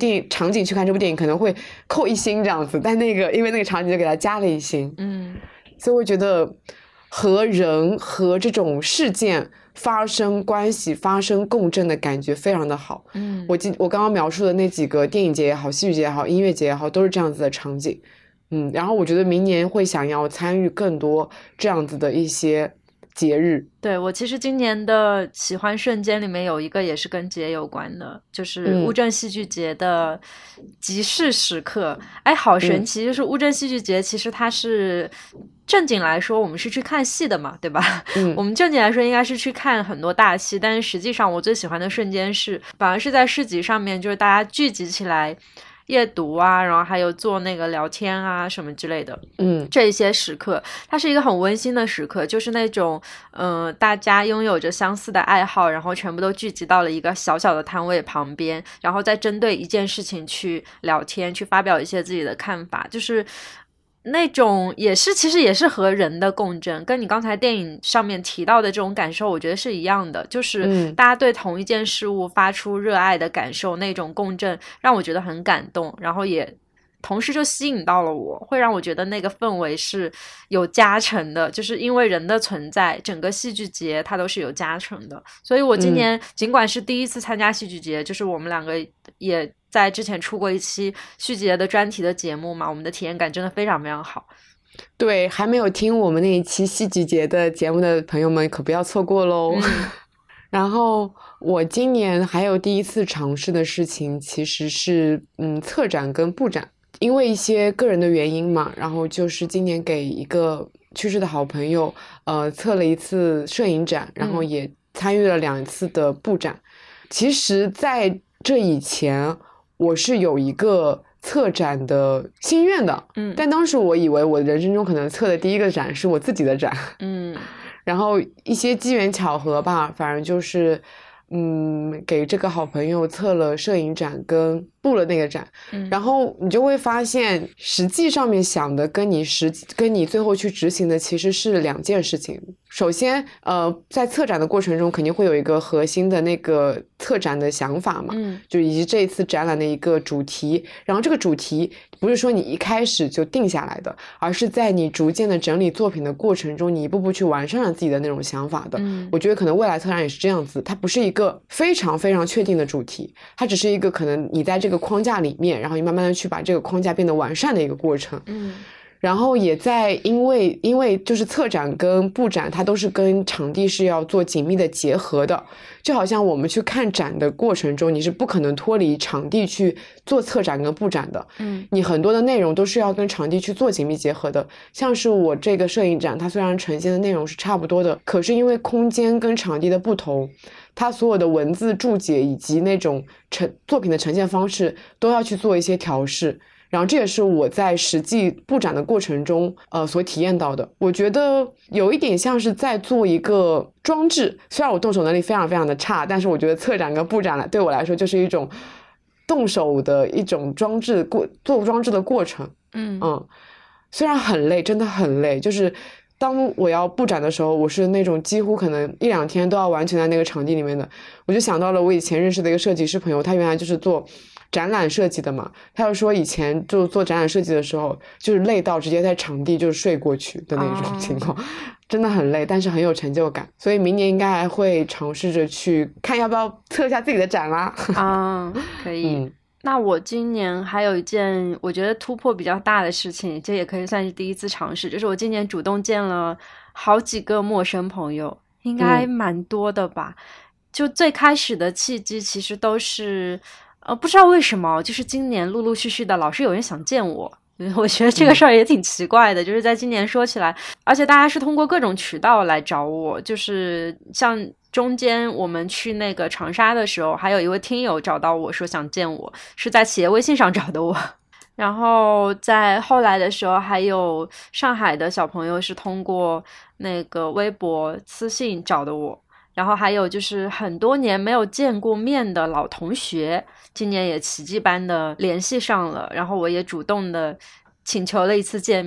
场景去看这部电影可能会扣一星这样子，但那个因为那个场景就给它加了一星。 嗯， 所以我觉得和人和这种事件发生关系、发生共振的感觉非常的好。 嗯， 我记我刚刚描述的那几个电影节也好、戏剧节也好、音乐节也好，都是这样子的场景。嗯，然后我觉得明年会想要参与更多这样子的一些节日。 对，我其实今年的喜欢瞬间里面有一个也是跟节有关的，就是乌镇戏剧节的集市时刻。嗯、哎，好神奇！就是乌镇戏剧节，其实它是正经来说，我们是去看戏的嘛，对吧？嗯，我们正经来说应该是去看很多大戏，但是实际上我最喜欢的瞬间是，反而是在市集上面，就是大家聚集起来。阅读啊，然后还有做那个聊天啊什么之类的， 嗯， 这一些时刻，它是一个很温馨的时刻，就是那种，嗯、呃，大家拥有着相似的爱好，然后全部都聚集到了一个小小的摊位旁边，然后再针对一件事情去聊天，去发表一些自己的看法，就是那种也是其实也是和人的共振，跟你刚才电影上面提到的这种感受我觉得是一样的，就是大家对同一件事物发出热爱的感受，那种共振让我觉得很感动，然后也同时就吸引到了我，会让我觉得那个氛围是有加成的，就是因为人的存在，整个戏剧节它都是有加成的。所以我今年尽管是第一次参加戏剧节，嗯、就是我们两个也在之前出过一期戏剧节的专题的节目嘛，我们的体验感真的非常非常好。 对，还没有听我们那一期戏剧节的节目的朋友们可不要错过咯。嗯然后我今年还有第一次尝试的事情其实是嗯策展跟布展，因为一些个人的原因嘛，然后就是今年给一个去世的好朋友呃策了一次摄影展，然后也参与了两次的布展。嗯、其实在这以前我是有一个策展的心愿的，嗯，但当时我以为我人生中可能策的第一个展是我自己的展，嗯。然后一些机缘巧合吧，反正就是嗯给这个好朋友策了摄影展跟布了那个展，嗯、然后你就会发现实际上面想的跟你实跟你最后去执行的其实是两件事情。首先呃在策展的过程中肯定会有一个核心的那个策展的想法嘛，嗯、就以及这一次展览的一个主题，然后这个主题不是说你一开始就定下来的，而是在你逐渐的整理作品的过程中，你一步步去完善了自己的那种想法的。嗯、我觉得可能未来策展也是这样子，它不是一个非常非常确定的主题，它只是一个可能你在这个框架里面，然后你慢慢的去把这个框架变得完善的一个过程。嗯。然后也在因为因为就是策展跟布展它都是跟场地是要做紧密的结合的，就好像我们去看展的过程中你是不可能脱离场地去做策展跟布展的，嗯，你很多的内容都是要跟场地去做紧密结合的。像是我这个摄影展它虽然呈现的内容是差不多的，可是因为空间跟场地的不同，它所有的文字注解以及那种呈作品的呈现方式都要去做一些调试，然后这也是我在实际布展的过程中呃所体验到的。我觉得有一点像是在做一个装置，虽然我动手能力非常非常的差，但是我觉得策展跟布展对我来说就是一种动手的一种装置过做装置的过程。嗯嗯，虽然很累，真的很累，就是当我要布展的时候，我是那种几乎可能一两天都要完全在那个场地里面的。我就想到了我以前认识的一个设计师朋友，他原来就是做展览设计的嘛，他就说以前就做展览设计的时候就是累到直接在场地就是睡过去的那种情况、oh. 真的很累，但是很有成就感，所以明年应该还会尝试着去看要不要策一下自己的展啦。啊、 oh, 可以、嗯、那我今年还有一件我觉得突破比较大的事情，这也可以算是第一次尝试，就是我今年主动见了好几个陌生朋友，应该蛮多的吧、嗯、就最开始的契机其实都是呃，不知道为什么就是今年陆陆续续的老是有人想见我，我觉得这个事儿也挺奇怪的、嗯、就是在今年说起来，而且大家是通过各种渠道来找我，就是像中间我们去那个长沙的时候，还有一位听友找到我说想见我，是在企业微信上找的我，然后在后来的时候还有上海的小朋友是通过那个微博私信找的我，然后还有就是很多年没有见过面的老同学，今年也奇迹般的联系上了，然后我也主动的请求了一次见面，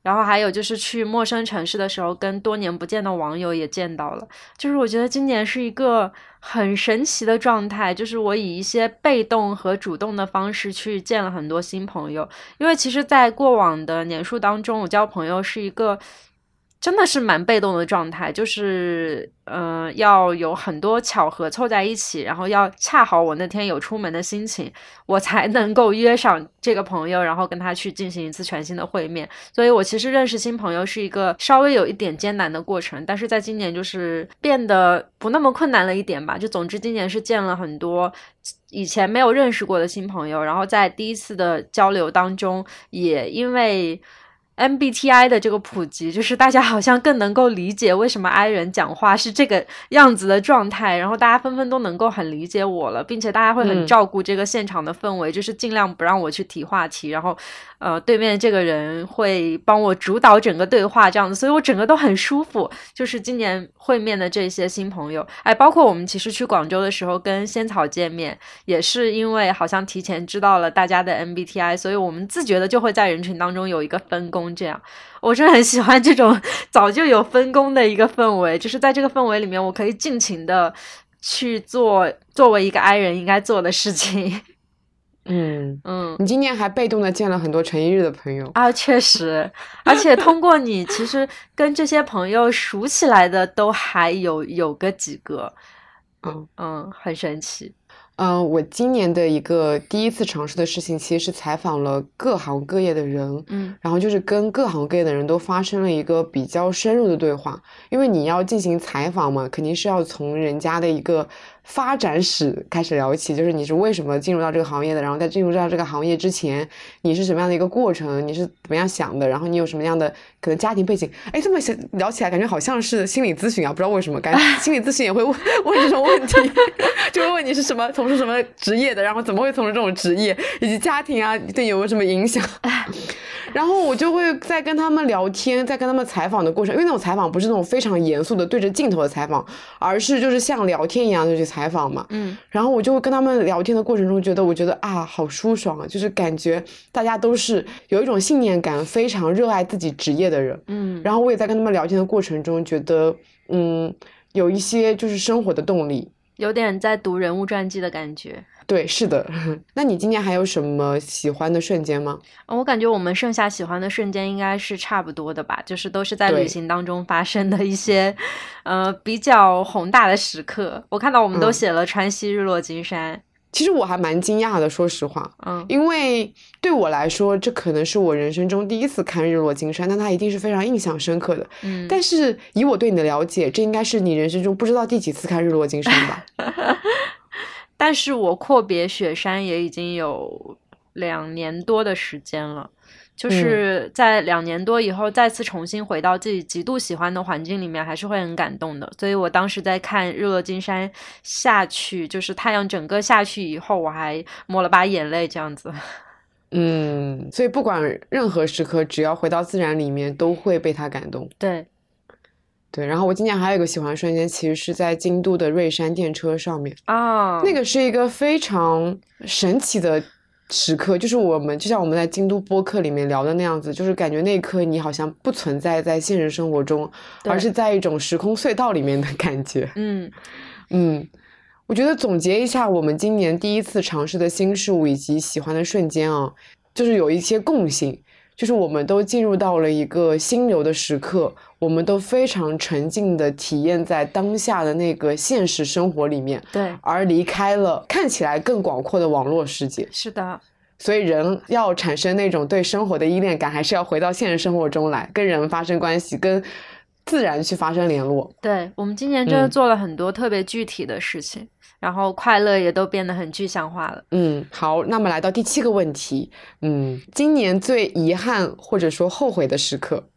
然后还有就是去陌生城市的时候跟多年不见的网友也见到了，就是我觉得今年是一个很神奇的状态，就是我以一些被动和主动的方式去见了很多新朋友。因为其实在过往的年数当中，我交朋友是一个真的是蛮被动的状态，就是嗯、呃，要有很多巧合凑在一起，然后要恰好我那天有出门的心情，我才能够约上这个朋友，然后跟他去进行一次全新的会面。所以我其实认识新朋友是一个稍微有一点艰难的过程，但是在今年就是变得不那么困难了一点吧。就总之今年是见了很多以前没有认识过的新朋友，然后在第一次的交流当中，也因为M B T I 的这个普及，就是大家好像更能够理解为什么 I 人讲话是这个样子的状态，然后大家纷纷都能够很理解我了，并且大家会很照顾这个现场的氛围、嗯、就是尽量不让我去提话题，然后呃，对面这个人会帮我主导整个对话这样子，所以我整个都很舒服。就是今年会面的这些新朋友，哎，包括我们其实去广州的时候跟仙草见面，也是因为好像提前知道了大家的 M B T I， 所以我们自觉的就会在人群当中有一个分工。这样我真的很喜欢这种早就有分工的一个氛围，就是在这个氛围里面我可以尽情的去做作为一个 I 人应该做的事情。 嗯嗯，你今年还被动的见了很多陈一日的朋友啊，确实，而且通过你其实跟这些朋友熟起来的都还有有个几个。嗯嗯，很神奇。 嗯、呃，我今年的一个第一次尝试的事情，其实是采访了各行各业的人， 嗯， 然后就是跟各行各业的人都发生了一个比较深入的对话，因为你要进行采访嘛，肯定是要从人家的一个发展史开始聊起，就是你是为什么进入到这个行业的，然后在进入到这个行业之前，你是什么样的一个过程，你是怎么样想的，然后你有什么样的可能家庭背景。哎，这么聊起来感觉好像是心理咨询啊，不知道为什么感觉心理咨询也会问问这种问题，就会问你是什么从事什么职业的，然后怎么会从事这种职业，以及家庭啊对你有没有什么影响。然后我就会在跟他们聊天，在跟他们采访的过程，因为那种采访不是那种非常严肃的对着镜头的采访，而是就是像聊天一样的去采访嘛。 嗯， 然后我就会跟他们聊天的过程中觉得我觉得啊好舒爽啊，就是感觉大家都是有一种信念感，非常热爱自己职业的人。 嗯， 然后我也在跟他们聊天的过程中觉得嗯有一些就是生活的动力， 有点在读人物传记的感觉。 对，是的。那你今年还有什么喜欢的瞬间吗？ 我感觉我们剩下喜欢的瞬间应该是差不多的吧，就是都是在旅行当中发生的一些呃比较宏大的时刻。我看到我们都写了川西日落金山、嗯、 其实我还蛮惊讶的，说实话。 嗯， 因为对我来说这可能是我人生中第一次看日落金山，但它一定是非常印象深刻的。 嗯， 但是以我对你的了解，这应该是你人生中不知道第几次看日落金山吧。 但是我阔别雪山也已经有两年多的时间了，就是在两年多以后再次重新回到自己极度喜欢的环境里面，还是会很感动的。所以我当时在看日落金山下去，就是太阳整个下去以后，我还抹了把眼泪这样子。 嗯，所以不管任何时刻，只要回到自然里面，都会被它感动。 对对，然后我今年还有一个喜欢的瞬间，其实是在京都的瑞山电车上面啊、 oh. 那个是一个非常神奇的时刻，就是我们就像我们在京都播客里面聊的那样子，就是感觉那一刻你好像不存在在现实生活中，而是在一种时空隧道里面的感觉。 嗯嗯，我觉得总结一下我们今年第一次尝试的新事物以及喜欢的瞬间啊，就是有一些共性，就是我们都进入到了一个心流的时刻，我们都非常沉浸的体验在当下的那个现实生活里面， 对， 而离开了看起来更广阔的网络世界。 是的， 所以人要产生那种对生活的依恋感，还是要回到现实生活中来，跟人发生关系，跟自然去发生联络。 对，我们今年真的做了很多特别具体的事情、嗯、然后快乐也都变得很具象化了。 嗯，好，那么来到第七个问题，嗯，今年最遗憾或者说后悔的时刻。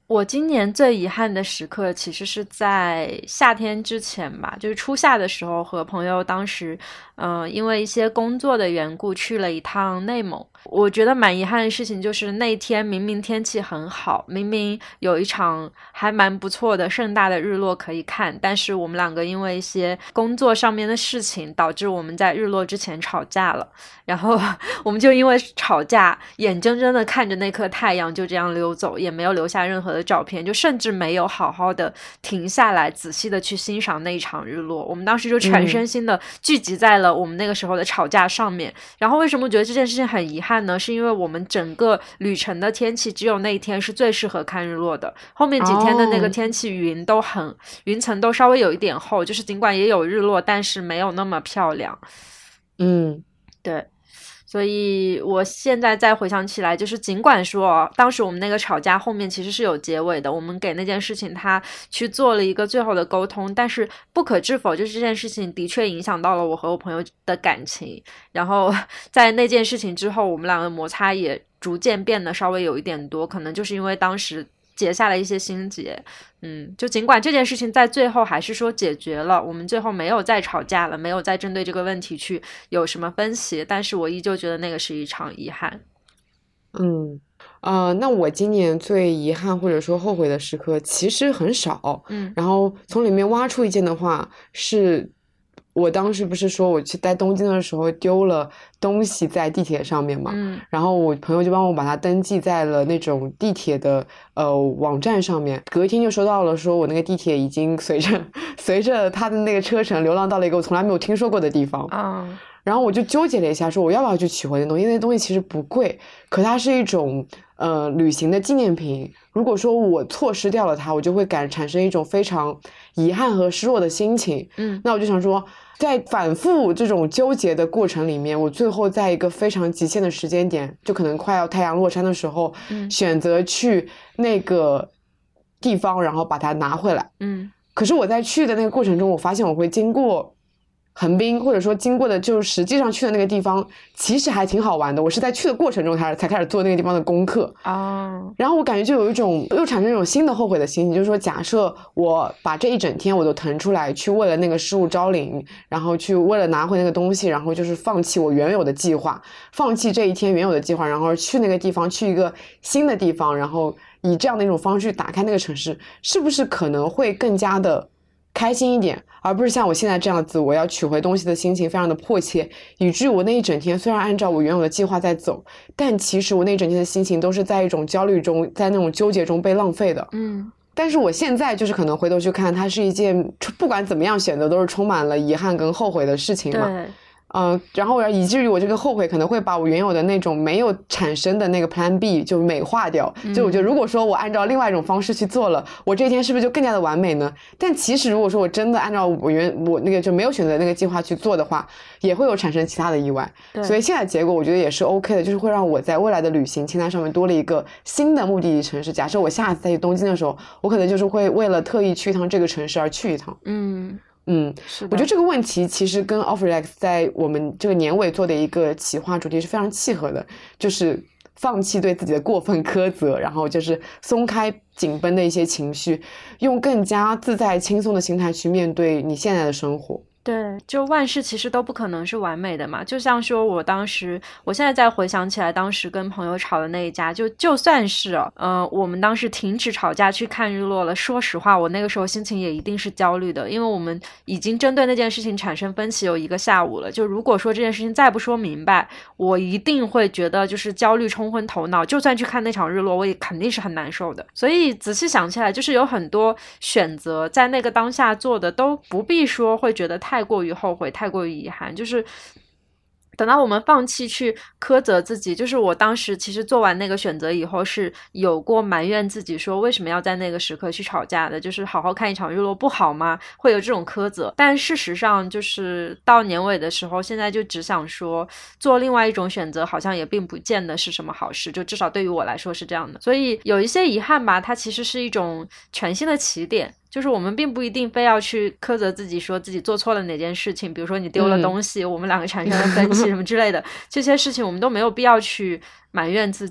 我今年最遗憾的时刻其实是在夏天之前吧，就是初夏的时候，和朋友当时嗯、呃，因为一些工作的缘故去了一趟内蒙。我觉得蛮遗憾的事情就是那天明明天气很好，明明有一场还蛮不错的盛大的日落可以看，但是我们两个因为一些工作上面的事情导致我们在日落之前吵架了，然后我们就因为吵架眼睁睁的看着那颗太阳就这样溜走，也没有留下任何的照片，就甚至没有好好的停下来仔细的去欣赏那一场日落。我们当时就全身心的聚集在了我们那个时候的吵架上面、嗯、然后为什么觉得这件事情很遗憾呢？是因为我们整个旅程的天气只有那一天是最适合看日落的，后面几天的那个天气云都很、哦、云层都稍微有一点厚，就是尽管也有日落但是没有那么漂亮。 嗯， 对，所以我现在再回想起来，就是尽管说当时我们那个吵架后面其实是有结尾的，我们给那件事情他去做了一个最后的沟通，但是不可置否就是这件事情的确影响到了我和我朋友的感情，然后在那件事情之后我们两个摩擦也逐渐变得稍微有一点多，可能就是因为当时结下了一些心结。嗯，就尽管这件事情在最后还是说解决了，我们最后没有再吵架了，没有再针对这个问题去有什么分歧，但是我依旧觉得那个是一场遗憾。 嗯呃，那我今年最遗憾或者说后悔的时刻其实很少， 嗯， 然后从里面挖出一件的话是我当时不是说我去在东京的时候丢了东西在地铁上面嘛， 嗯， 然后我朋友就帮我把它登记在了那种地铁的呃网站上面，隔一天就收到了说我那个地铁已经随着随着它的那个车程流浪到了一个我从来没有听说过的地方啊、嗯， 然后我就纠结了一下说我要不要去取回那东西，因为那东西其实不贵，可它是一种呃旅行的纪念品，如果说我错失掉了它，我就会感产生一种非常遗憾和失落的心情。 嗯， 那我就想说在反复这种纠结的过程里面，我最后在一个非常极限的时间点，就可能快要太阳落山的时候、嗯、选择去那个地方然后把它拿回来。 嗯， 可是我在去的那个过程中，我发现我会经过横滨，或者说经过的就实际上去的那个地方其实还挺好玩的，我是在去的过程中才才开始做那个地方的功课啊、oh. 然后我感觉就有一种又产生一种新的后悔的心情，就是说假设我把这一整天我都腾出来去为了那个失物招领，然后去为了拿回那个东西，然后就是放弃我原有的计划，放弃这一天原有的计划，然后去那个地方，去一个新的地方，然后以这样的一种方式去打开那个城市，是不是可能会更加的开心一点，而不是像我现在这样子我要取回东西的心情非常的迫切，以至于我那一整天虽然按照我原有的计划在走，但其实我那一整天的心情都是在一种焦虑中，在那种纠结中被浪费的。 嗯， 但是我现在就是可能回头去看，它是一件不管怎么样选择都是充满了遗憾跟后悔的事情嘛。 对， 呃，然后以至于我这个后悔可能会把我原有的那种没有产生的那个 plan B 就美化掉、嗯、就我觉得如果说我按照另外一种方式去做了，我这一天是不是就更加的完美呢？但其实如果说我真的按照我原我那个就没有选择那个计划去做的话，也会有产生其他的意外。所以现在结果我觉得也是 OK 的，就是会让我在未来的旅行清单上面多了一个新的目的地城市。假设我下次再去东京的时候，我可能就是会为了特意去一趟这个城市而去一趟。 嗯嗯，我觉得这个问题其实跟 OFFRELAX 在我们这个年尾做的一个企划主题是非常契合的，就是放弃对自己的过分苛责，然后就是松开紧绷的一些情绪，用更加自在轻松的心态去面对你现在的生活。 对，就万事其实都不可能是完美的嘛，就像说我当时我现在再回想起来当时跟朋友吵的那一家，就就算是呃我们当时停止吵架去看日落了，说实话我那个时候心情也一定是焦虑的，因为我们已经针对那件事情产生分歧有一个下午了，就如果说这件事情再不说明白，我一定会觉得就是焦虑冲昏头脑，就算去看那场日落我也肯定是很难受的。所以仔细想起来，就是有很多选择在那个当下做的都不必说会觉得太太过于后悔，太过于遗憾，就是等到我们放弃去苛责自己，就是我当时其实做完那个选择以后是有过埋怨自己说为什么要在那个时刻去吵架的，就是好好看一场日落不好吗？会有这种苛责。但事实上就是到年尾的时候，现在就只想说做另外一种选择好像也并不见得是什么好事，就至少对于我来说是这样的。所以有一些遗憾吧，它其实是一种全新的起点，就是我们并不一定非要去苛责自己说自己做错了哪件事情，比如说你丢了东西、嗯、我们两个产生了分歧什么之类的这些事情我们都没有必要去埋怨自己。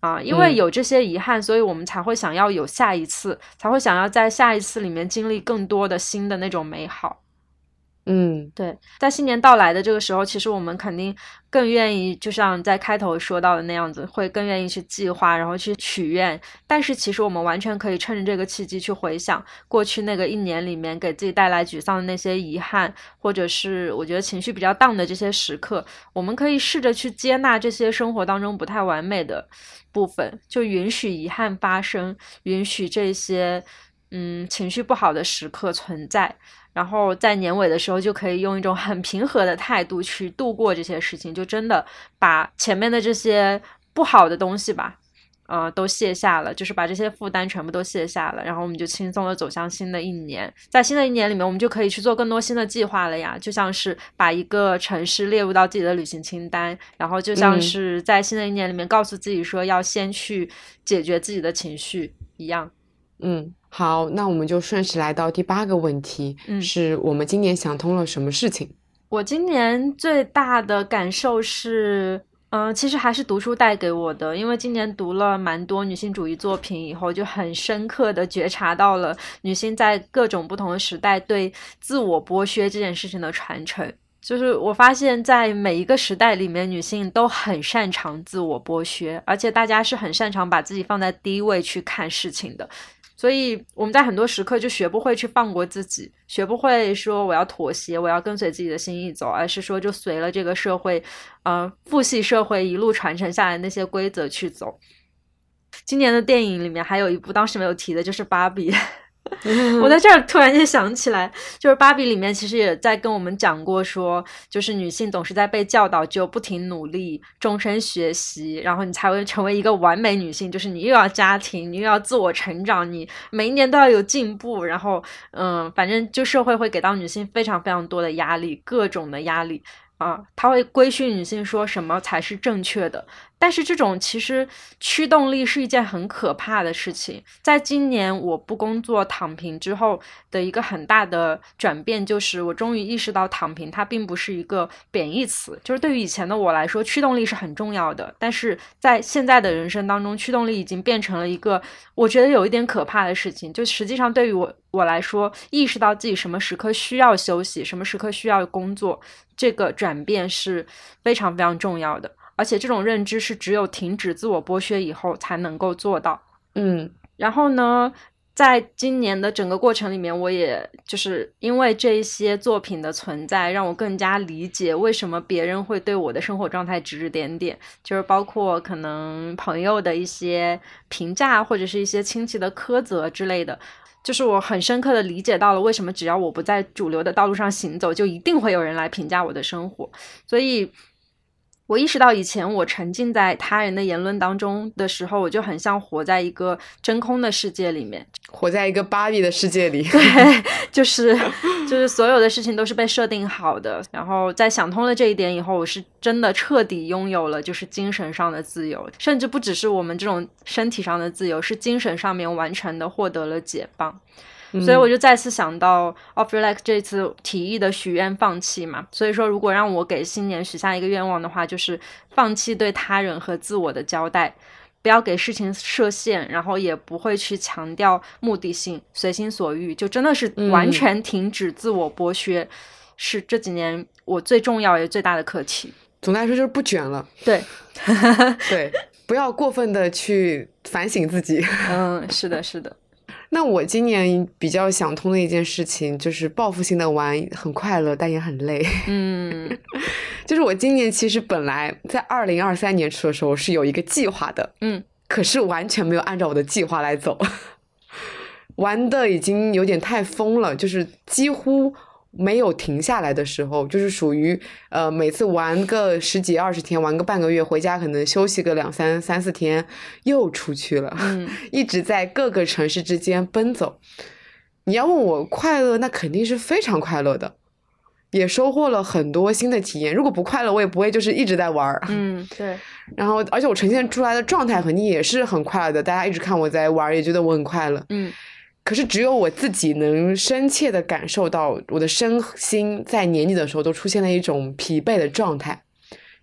啊，因为有这些遗憾、嗯、所以我们才会想要有下一次，才会想要在下一次里面经历更多的新的那种美好。 嗯， 对，在新年到来的这个时候，其实我们肯定更愿意，就像在开头说到的那样子，会更愿意去计划，然后去许愿。但是其实我们完全可以趁着这个契机去回想过去那个一年里面给自己带来沮丧的那些遗憾，或者是我觉得情绪比较down的这些时刻，我们可以试着去接纳这些生活当中不太完美的部分，就允许遗憾发生，允许这些嗯情绪不好的时刻存在。然后在年尾的时候就可以用一种很平和的态度去度过这些事情，就真的把前面的这些不好的东西吧呃，都卸下了，就是把这些负担全部都卸下了，然后我们就轻松的走向新的一年。在新的一年里面，我们就可以去做更多新的计划了呀，就像是把一个城市列入到自己的旅行清单，然后就像是在新的一年里面告诉自己说要先去解决自己的情绪一样。 嗯，好，那我们就顺势来到第八个问题、嗯、是我们今年想通了什么事情。 我今年最大的感受是嗯、呃，其实还是读书带给我的，因为今年读了蛮多女性主义作品以后，就很深刻的觉察到了女性在各种不同的时代对自我剥削这件事情的传承。就是我发现在每一个时代里面，女性都很擅长自我剥削，而且大家是很擅长把自己放在第一位去看事情的。所以我们在很多时刻就学不会去放过自己，学不会说我要妥协，我要跟随自己的心意走，而是说就随了这个社会呃，父系社会一路传承下来那些规则去走。今年的电影里面还有一部当时没有提的，就是芭比我在这儿突然间想起来，就是芭比里面其实也在跟我们讲过说，就是女性总是在被教导只有不停努力终身学习，然后你才会成为一个完美女性，就是你又要家庭，你又要自我成长，你每一年都要有进步，然后嗯，反正就社会会给到女性非常非常多的压力，各种的压力啊，他会规训女性说什么才是正确的。但是这种其实驱动力是一件很可怕的事情。在今年我不工作躺平之后的一个很大的转变，就是我终于意识到躺平它并不是一个贬义词，就是对于以前的我来说驱动力是很重要的，但是在现在的人生当中，驱动力已经变成了一个我觉得有一点可怕的事情。就实际上对于我我来说，意识到自己什么时刻需要休息，什么时刻需要工作，这个转变是非常非常重要的，而且这种认知是只有停止自我剥削以后才能够做到。 嗯， 然后呢，在今年的整个过程里面，我也就是因为这些作品的存在，让我更加理解为什么别人会对我的生活状态指指点点，就是包括可能朋友的一些评价，或者是一些亲戚的苛责之类的。就是我很深刻的理解到了为什么只要我不在主流的道路上行走，就一定会有人来评价我的生活。所以我意识到以前我沉浸在他人的言论当中的时候，我就很像活在一个真空的世界里面， 活在一个芭比的世界里。 对，就是就是所有的事情都是被设定好的。然后在想通了这一点以后，我是真的彻底拥有了就是精神上的自由，甚至不只是我们这种身体上的自由，是精神上面完全的获得了解放。所以我就再次想到 Off Your Like 这次提议的许愿放弃嘛，所以说如果让我给新年许下一个愿望的话，就是放弃对他人和自我的交代，不要给事情设限，然后也不会去强调目的性，随心所欲，就真的是完全停止自我剥削、嗯、是这几年我最重要也最大的课题。 总的来说就是不卷了。 对对，不要过分的去反省自己。 嗯，是的是的。 那我今年比较想通的一件事情就是报复性的玩，很快乐但也很累。 嗯， 就是我今年其实本来在二零二三年初的时候是有一个计划的， 嗯， 可是完全没有按照我的计划来走，玩的已经有点太疯了，就是几乎没有停下来的时候，就是属于呃每次玩个十几二十天，玩个半个月，回家可能休息个两三三四天，又出去了， 嗯， 一直在各个城市之间奔走。你要问我快乐，那肯定是非常快乐的，也收获了很多新的体验。如果不快乐，我也不会就是一直在玩。 嗯，对。 然后，而且我呈现出来的状态肯定也是很快乐的，大家一直看我在玩，也觉得我很快乐。 嗯。 可是只有我自己能深切的感受到我的身心在年底的时候都出现了一种疲惫的状态，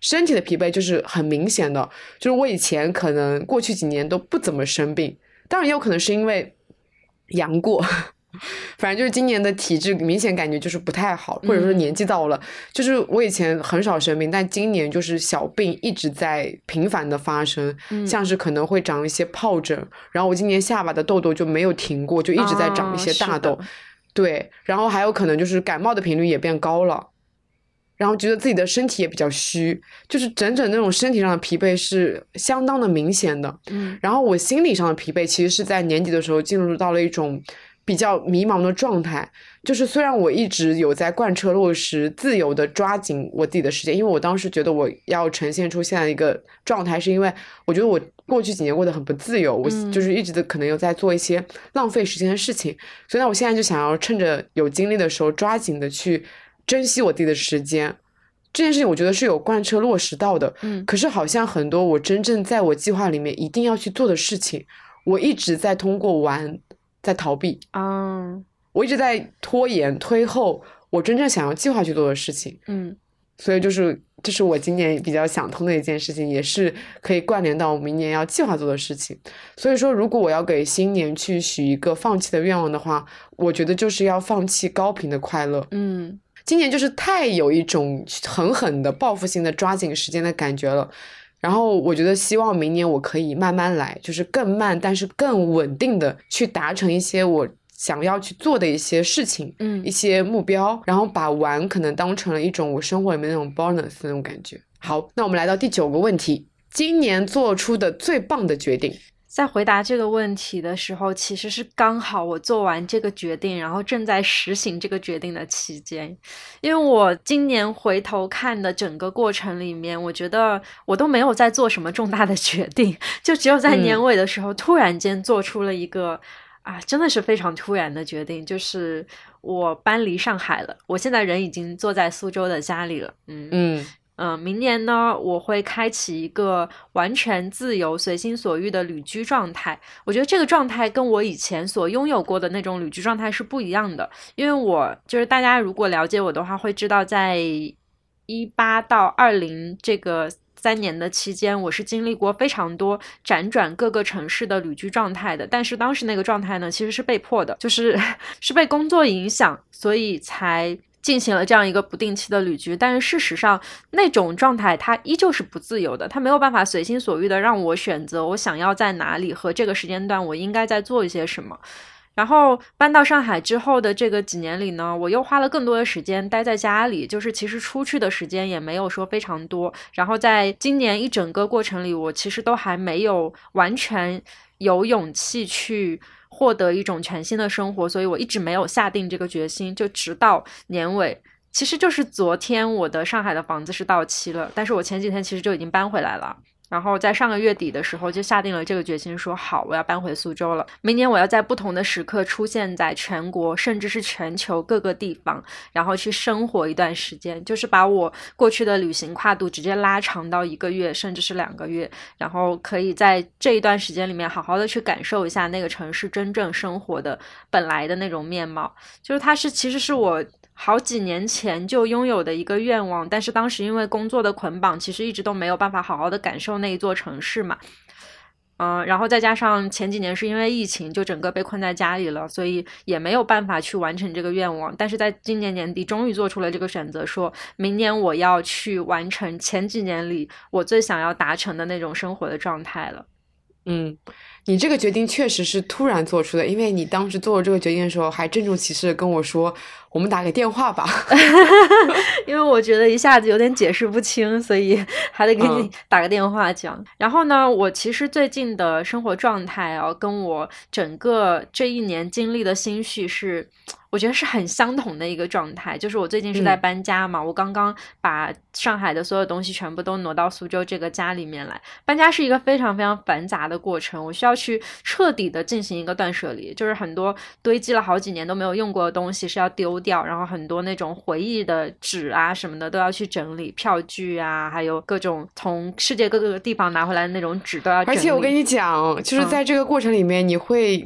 身体的疲惫就是很明显的，就是我以前可能过去几年都不怎么生病，当然也有可能是因为阳过反正就是今年的体质明显感觉就是不太好，或者说年纪到了、嗯、就是我以前很少生病，但今年就是小病一直在频繁的发生、嗯、像是可能会长一些疱疹，然后我今年下巴的痘痘就没有停过，就一直在长一些大痘、哦、对，然后还有可能就是感冒的频率也变高了，然后觉得自己的身体也比较虚，就是整整那种身体上的疲惫是相当的明显的、嗯、然后我心理上的疲惫其实是在年底的时候进入到了一种比较迷茫的状态，就是虽然我一直有在贯彻落实自由的抓紧我自己的时间，因为我当时觉得我要呈现出现在一个状态，是因为我觉得我过去几年过得很不自由，我就是一直的可能有在做一些浪费时间的事情、嗯、所以呢我现在就想要趁着有精力的时候抓紧的去珍惜我自己的时间，这件事情我觉得是有贯彻落实到的。嗯，可是好像很多我真正在我计划里面一定要去做的事情，我一直在通过玩在逃避啊、嗯，我一直在拖延推后我真正想要计划去做的事情。嗯，所以就是这是我今年比较想通的一件事情，也是可以关联到我明年要计划做的事情。所以说如果我要给新年去许一个放弃的愿望的话，我觉得就是要放弃高频的快乐。嗯，今年就是太有一种狠狠的报复性的抓紧时间的感觉了，然后我觉得希望明年我可以慢慢来，就是更慢但是更稳定的去达成一些我想要去做的一些事情，嗯，一些目标，然后把玩可能当成了一种我生活里面那种 bonus 那种感觉。好，那我们来到第九个问题，今年做出的最棒的决定。 在回答这个问题的时候，其实是刚好我做完这个决定，然后正在实行这个决定的期间。因为我今年回头看的整个过程里面，我觉得我都没有在做什么重大的决定，就只有在年尾的时候、嗯、突然间做出了一个啊，真的是非常突然的决定，就是我搬离上海了，我现在人已经坐在苏州的家里了。嗯嗯嗯，明年呢，我会开启一个完全自由、随心所欲的旅居状态。我觉得这个状态跟我以前所拥有过的那种旅居状态是不一样的，因为我就是大家如果了解我的话，会知道在一八到二零这个三年的期间，我是经历过非常多辗转各个城市的旅居状态的。但是当时那个状态呢，其实是被迫的，就是是被工作影响，所以才进行了这样一个不定期的旅居。但是事实上那种状态它依旧是不自由的，它没有办法随心所欲的让我选择我想要在哪里和这个时间段我应该在做一些什么。然后搬到上海之后的这个几年里呢，我又花了更多的时间待在家里，就是其实出去的时间也没有说非常多。然后在今年一整个过程里，我其实都还没有完全有勇气去获得一种全新的生活，所以我一直没有下定这个决心，就直到年尾。其实就是昨天我的上海的房子是到期了，但是我前几天其实就已经搬回来了。然后在上个月底的时候就下定了这个决心，说好，我要搬回苏州了。明年我要在不同的时刻出现在全国甚至是全球各个地方，然后去生活一段时间，就是把我过去的旅行跨度直接拉长到一个月甚至是两个月，然后可以在这一段时间里面好好的去感受一下那个城市真正生活的本来的那种面貌。就是它是其实是我好几年前就拥有的一个愿望，但是当时因为工作的捆绑，其实一直都没有办法好好的感受那一座城市嘛。嗯，然后再加上前几年是因为疫情就整个被困在家里了，所以也没有办法去完成这个愿望。但是在今年年底终于做出了这个选择，说明年我要去完成前几年里我最想要达成的那种生活的状态了。 嗯，你这个决定确实是突然做出的，因为你当时做了这个决定的时候还郑重其事的跟我说我们打个电话吧因为我觉得一下子有点解释不清，所以还得给你打个电话讲、嗯、然后呢，我其实最近的生活状态啊，跟我整个这一年经历的心绪是我觉得是很相同的一个状态。就是我最近是在搬家嘛、嗯、我刚刚把上海的所有东西全部都挪到苏州这个家里面来。搬家是一个非常非常繁杂的过程，我需要去彻底的进行一个断舍离，就是很多堆积了好几年都没有用过的东西是要丢掉，然后很多那种回忆的纸啊什么的都要去整理，票据啊，还有各种从世界各个地方拿回来的那种纸都要整理。 而且我跟你讲，就是在这个过程里面、嗯、你会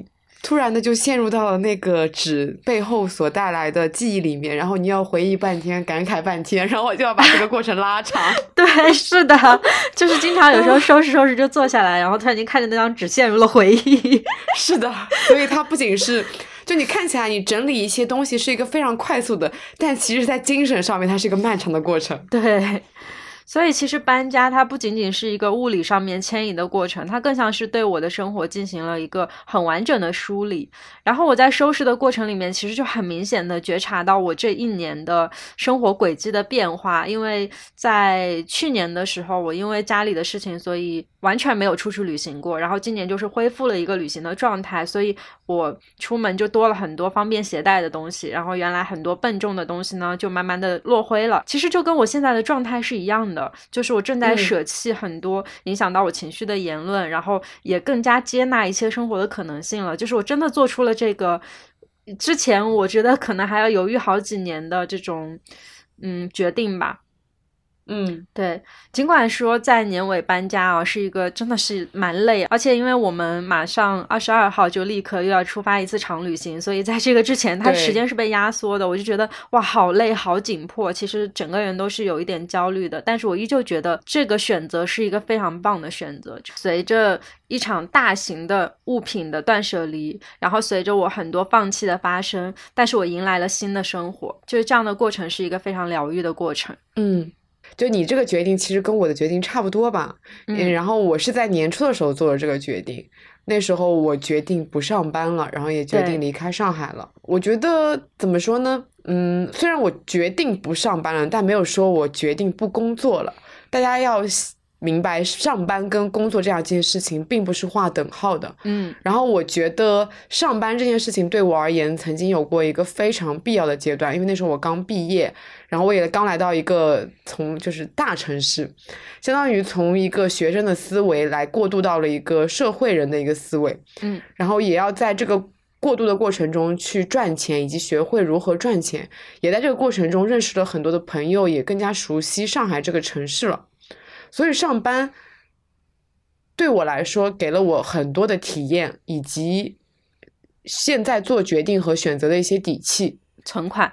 突然的就陷入到了那个纸背后所带来的记忆里面，然后你要回忆半天，感慨半天，然后我就要把这个过程拉长。 对，是的，就是经常有时候收拾收拾就坐下来，然后突然间看着那张纸陷入了回忆。 是的，所以它不仅是就你看起来你整理一些东西是一个非常快速的，但其实在精神上面它是一个漫长的过程。 对，所以其实搬家它不仅仅是一个物理上面迁移的过程，它更像是对我的生活进行了一个很完整的梳理。然后我在收拾的过程里面其实就很明显的觉察到我这一年的生活轨迹的变化。因为在去年的时候我因为家里的事情所以完全没有出去旅行过，然后今年就是恢复了一个旅行的状态，所以我出门就多了很多方便携带的东西，然后原来很多笨重的东西呢就慢慢的落灰了。其实就跟我现在的状态是一样的，就是我正在舍弃很多影响到我情绪的言论、嗯、然后也更加接纳一切生活的可能性了。就是我真的做出了这个之前我觉得可能还要犹豫好几年的这种嗯决定吧。 嗯， 对，尽管说在年尾搬家啊是一个真的是蛮累，而且因为我们马上二十二号就立刻又要出发一次长旅行，所以在这个之前它时间是被压缩的，我就觉得哇好累好紧迫，其实整个人都是有一点焦虑的，但是我依旧觉得这个选择是一个非常棒的选择。随着一场大型的物品的断舍离，然后随着我很多放弃的发生，但是我迎来了新的生活，就是这样的过程是一个非常疗愈的过程。 嗯，就你这个决定其实跟我的决定差不多吧、嗯、然后我是在年初的时候做了这个决定，那时候我决定不上班了，然后也决定离开上海了。我觉得怎么说呢，嗯，虽然我决定不上班了，但没有说我决定不工作了。大家要明白上班跟工作这样一件事情并不是划等号的。 嗯， 然后我觉得上班这件事情对我而言曾经有过一个非常必要的阶段，因为那时候我刚毕业，然后我也刚来到一个从就是大城市，相当于从一个学生的思维来过渡到了一个社会人的一个思维。 嗯， 然后也要在这个过渡的过程中去赚钱，以及学会如何赚钱，也在这个过程中认识了很多的朋友，也更加熟悉上海这个城市了。所以上班对我来说给了我很多的体验，以及现在做决定和选择的一些底气。 存款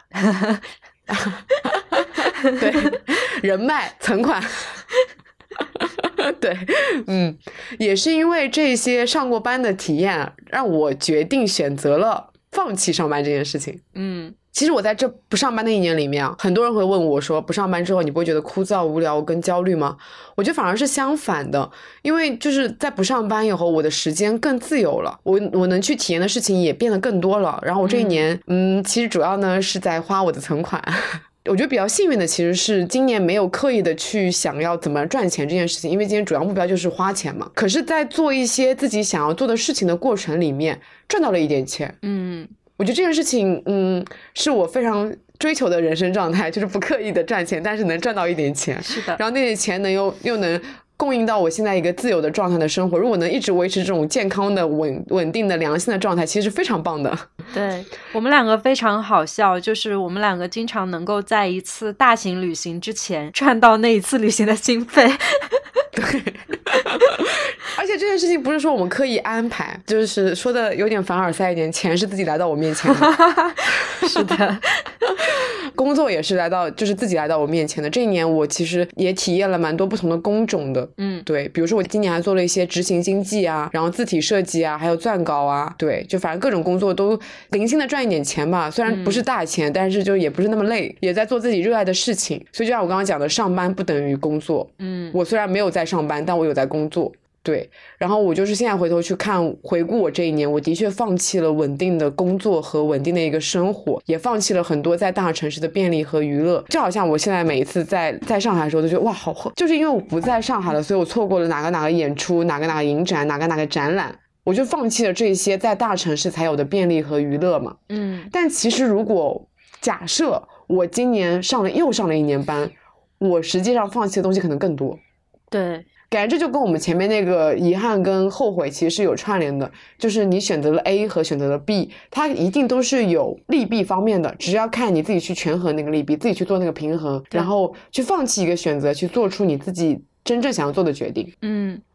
对，人脉存款对，嗯，也是因为这些上过班的体验让我决定选择了放弃上班这件事情。 嗯， 其实我在这不上班的一年里面啊，很多人会问我说，不上班之后你不会觉得枯燥无聊跟焦虑吗？我觉得反而是相反的，因为就是在不上班以后，我的时间更自由了，我我能去体验的事情也变得更多了。然后我这一年 嗯, 嗯，其实主要呢是在花我的存款。我觉得比较幸运的其实是今年没有刻意的去想要怎么赚钱这件事情，因为今年主要目标就是花钱嘛。可是在做一些自己想要做的事情的过程里面赚到了一点钱。 嗯， 我觉得这件事情嗯，是我非常追求的人生状态，就是不刻意的赚钱，但是能赚到一点钱。 是的， 然后那点钱能又又能供应到我现在一个自由的状态的生活，如果能一直维持这种健康的稳稳定的良性的状态，其实非常棒的。 对，我们两个非常好笑，就是我们两个经常能够在一次大型旅行之前赚到那一次旅行的经费。 对，而且这件事情不是说我们刻意安排，就是说的有点凡尔赛一点，钱是自己来到我面前的。 是的， 工作也是来到就是自己来到我面前的。这一年我其实也体验了蛮多不同的工种的。 嗯， 对，比如说我今年还做了一些执行经济啊，然后字体设计啊，还有撰稿啊，对，就反正各种工作都零星的赚一点钱吧，虽然不是大钱、嗯、但是就也不是那么累，也在做自己热爱的事情。所以就像我刚刚讲的，上班不等于工作。 嗯， 我虽然没有在上班，但我有在工作。对，然后我就是现在回头去看回顾我这一年，我的确放弃了稳定的工作和稳定的一个生活，也放弃了很多在大城市的便利和娱乐。就好像我现在每一次在在上海的时候都觉得哇好后，就是因为我不在上海了，所以我错过了哪个哪个演出，哪个哪个影展，哪个哪个展览，我就放弃了这些在大城市才有的便利和娱乐嘛。 嗯， 但其实如果假设我今年上了又上了一年班，我实际上放弃的东西可能更多。 对， 感觉这就跟我们前面那个遗憾跟后悔其实是有串联的，就是你选择了 A 和选择了 B， 它一定都是有利弊方面的，只要看你自己去权衡那个利弊，自己去做那个平衡，然后去放弃一个选择，去做出你自己真正想要做的决定。 嗯，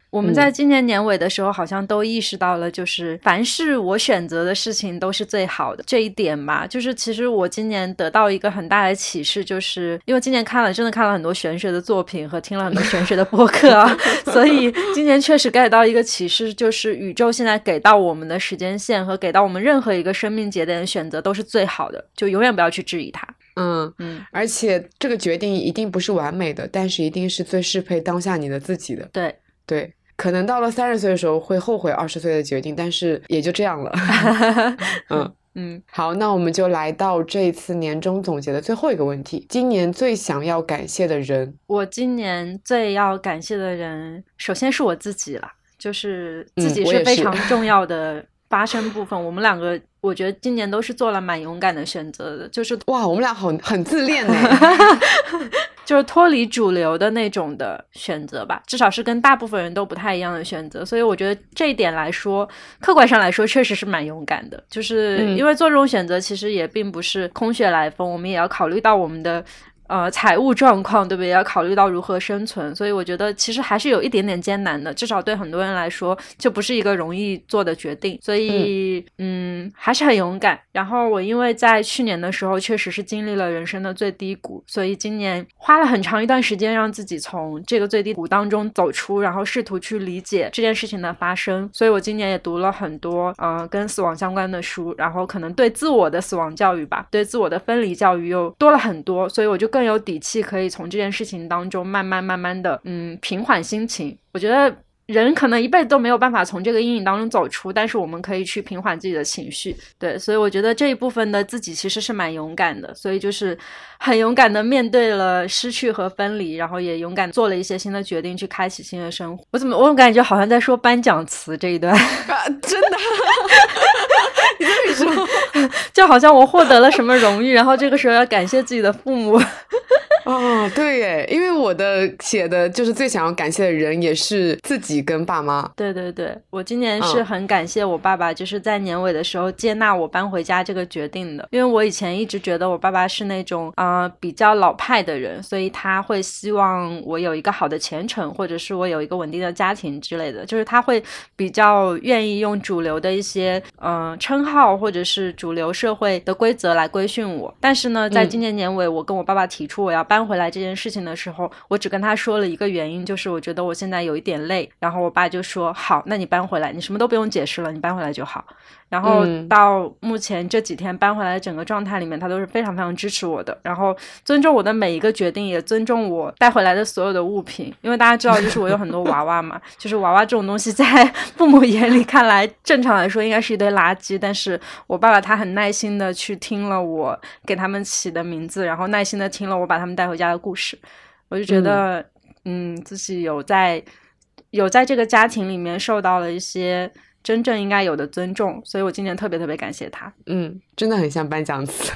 我们在今年年尾的时候好像都意识到了，就是凡是我选择的事情都是最好的这一点吧。就是其实我今年得到一个很大的启示，就是因为今年看了真的看了很多玄学的作品和听了很多玄学的播客啊，所以今年确实 get 到一个启示，就是宇宙现在给到我们的时间线和给到我们任何一个生命节点的选择都是最好的，就永远不要去质疑它。 嗯嗯，而且这个决定一定不是完美的，但是一定是最适配当下你的自己的。 对对，可能到了三十岁的时候会后悔二十岁的决定，但是也就这样了。嗯嗯，好，那我们就来到这一次年终总结的最后一个问题，今年最想要感谢的人。 我今年最要感谢的人首先是我自己了，就是自己是非常重要的发生部分、嗯、我, 我们两个我觉得今年都是做了蛮勇敢的选择的，就是哇我们俩很很自恋呢就是脱离主流的那种的选择吧，至少是跟大部分人都不太一样的选择，所以我觉得这一点来说客观上来说确实是蛮勇敢的，就是因为做这种选择其实也并不是空穴来风、嗯、我们也要考虑到我们的呃，财务状况，对不对？要考虑到如何生存，所以我觉得其实还是有一点点艰难的，至少对很多人来说，这不是一个容易做的决定，所以嗯, 嗯，还是很勇敢。然后我因为在去年的时候确实是经历了人生的最低谷，所以今年花了很长一段时间让自己从这个最低谷当中走出，然后试图去理解这件事情的发生。所以我今年也读了很多呃跟死亡相关的书，然后可能对自我的死亡教育吧，对自我的分离教育又多了很多，所以我就更更有底气可以从这件事情当中慢慢慢慢的嗯平缓心情。我觉得人可能一辈子都没有办法从这个阴影当中走出，但是我们可以去平缓自己的情绪。对，所以我觉得这一部分的自己其实是蛮勇敢的，所以就是很勇敢的面对了失去和分离，然后也勇敢做了一些新的决定去开启新的生活。我怎么我感觉好像在说颁奖词这一段、 啊、真的你这么说就好像我获得了什么荣誉，然后这个时候要感谢自己的父母哦，对耶，因为我的写的就是最想要感谢的人也是自己跟爸妈。 对对对，我今年是很感谢我爸爸、嗯、就是在年尾的时候接纳我搬回家这个决定的，因为我以前一直觉得我爸爸是那种呃比较老派的人，所以他会希望我有一个好的前程，或者是我有一个稳定的家庭之类的，就是他会比较愿意用主流的一些呃称号或者是主流社会的规则来规训我。但是呢在今年年尾、嗯、我跟我爸爸提出我要搬回来这件事情的时候，我只跟他说了一个原因，就是我觉得我现在有一点累，然后我爸就说好，那你搬回来，你什么都不用解释了，你搬回来就好。然后到目前这几天搬回来的整个状态里面，他都是非常非常支持我的，然后尊重我的每一个决定，也尊重我带回来的所有的物品。因为大家知道就是我有很多娃娃嘛就是娃娃这种东西在父母眼里看来正常来说应该是一堆垃圾，但是我爸爸他很耐心的去听了我给他们起的名字，然后耐心的听了我把他们带回家的故事。我就觉得 嗯, 嗯自己有在有在这个家庭里面受到了一些真正应该有的尊重，所以我今年特别特别感谢他。 嗯，真的很像颁奖词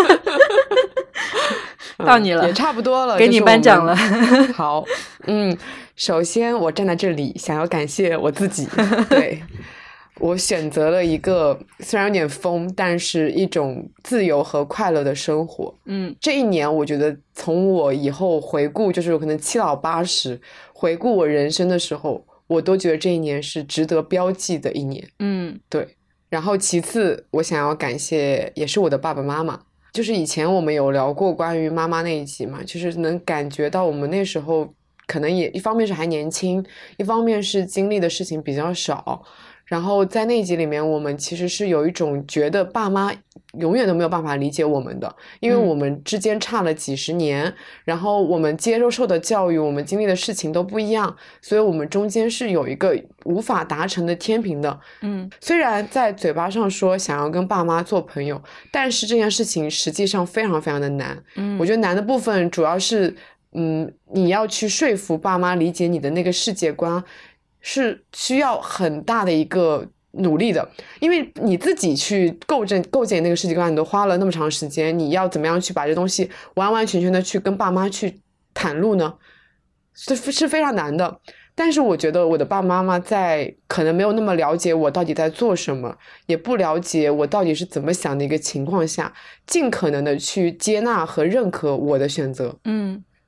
到你了、 嗯、也差不多了， 给你颁奖了好，嗯，首先我站在这里想要感谢我自己对，我选择了一个虽然有点疯，但是一种自由和快乐的生活。嗯，这一年我觉得从我以后回顾，就是可能七老八十回顾我人生的时候，我都觉得这一年是值得标记的一年。嗯，对。然后其次我想要感谢也是我的爸爸妈妈，就是以前我们有聊过关于妈妈那一集嘛，就是能感觉到我们那时候可能也一方面是还年轻，一方面是经历的事情比较少，然后在那一集里面我们其实是有一种觉得爸妈永远都没有办法理解我们的，因为我们之间差了几十年、嗯、然后我们接受的教育，我们经历的事情都不一样，所以我们中间是有一个无法达成的天平的。嗯，虽然在嘴巴上说想要跟爸妈做朋友，但是这件事情实际上非常非常的难。嗯，我觉得难的部分主要是嗯，你要去说服爸妈理解你的那个世界观是需要很大的一个努力的，因为你自己去构建构建那个世界观，你都花了那么长时间，你要怎么样去把这东西完完全全的去跟爸妈去袒露呢？是是非常难的。但是我觉得我的爸爸妈妈在可能没有那么了解我到底在做什么，也不了解我到底是怎么想的一个情况下，尽可能的去接纳和认可我的选择。嗯，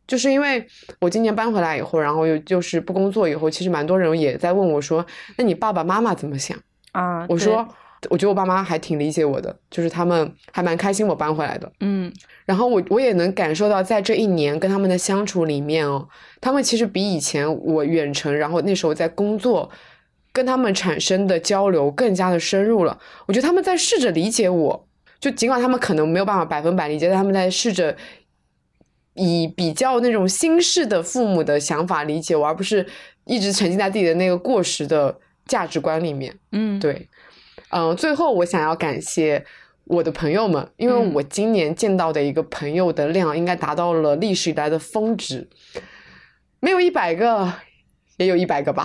就是因为我今年搬回来以后，然后又就是不工作以后，其实蛮多人也在问我说，那你爸爸妈妈怎么想啊？ 我说我觉得我爸妈还挺理解我的，就是他们还蛮开心我搬回来的。 嗯， 然后我我也能感受到在这一年跟他们的相处里面哦，他们其实比以前我远程然后那时候在工作跟他们产生的交流更加的深入了。我觉得他们在试着理解我，就尽管他们可能没有办法百分百理解，但他们在试着以比较那种新式的父母的想法理解我，而不是一直沉浸在自己的那个过时的价值观里面。 嗯， 对，嗯、呃，最后我想要感谢我的朋友们，因为我今年见到的一个朋友的量应该达到了历史以来的峰值，没有一百个也有一百个吧。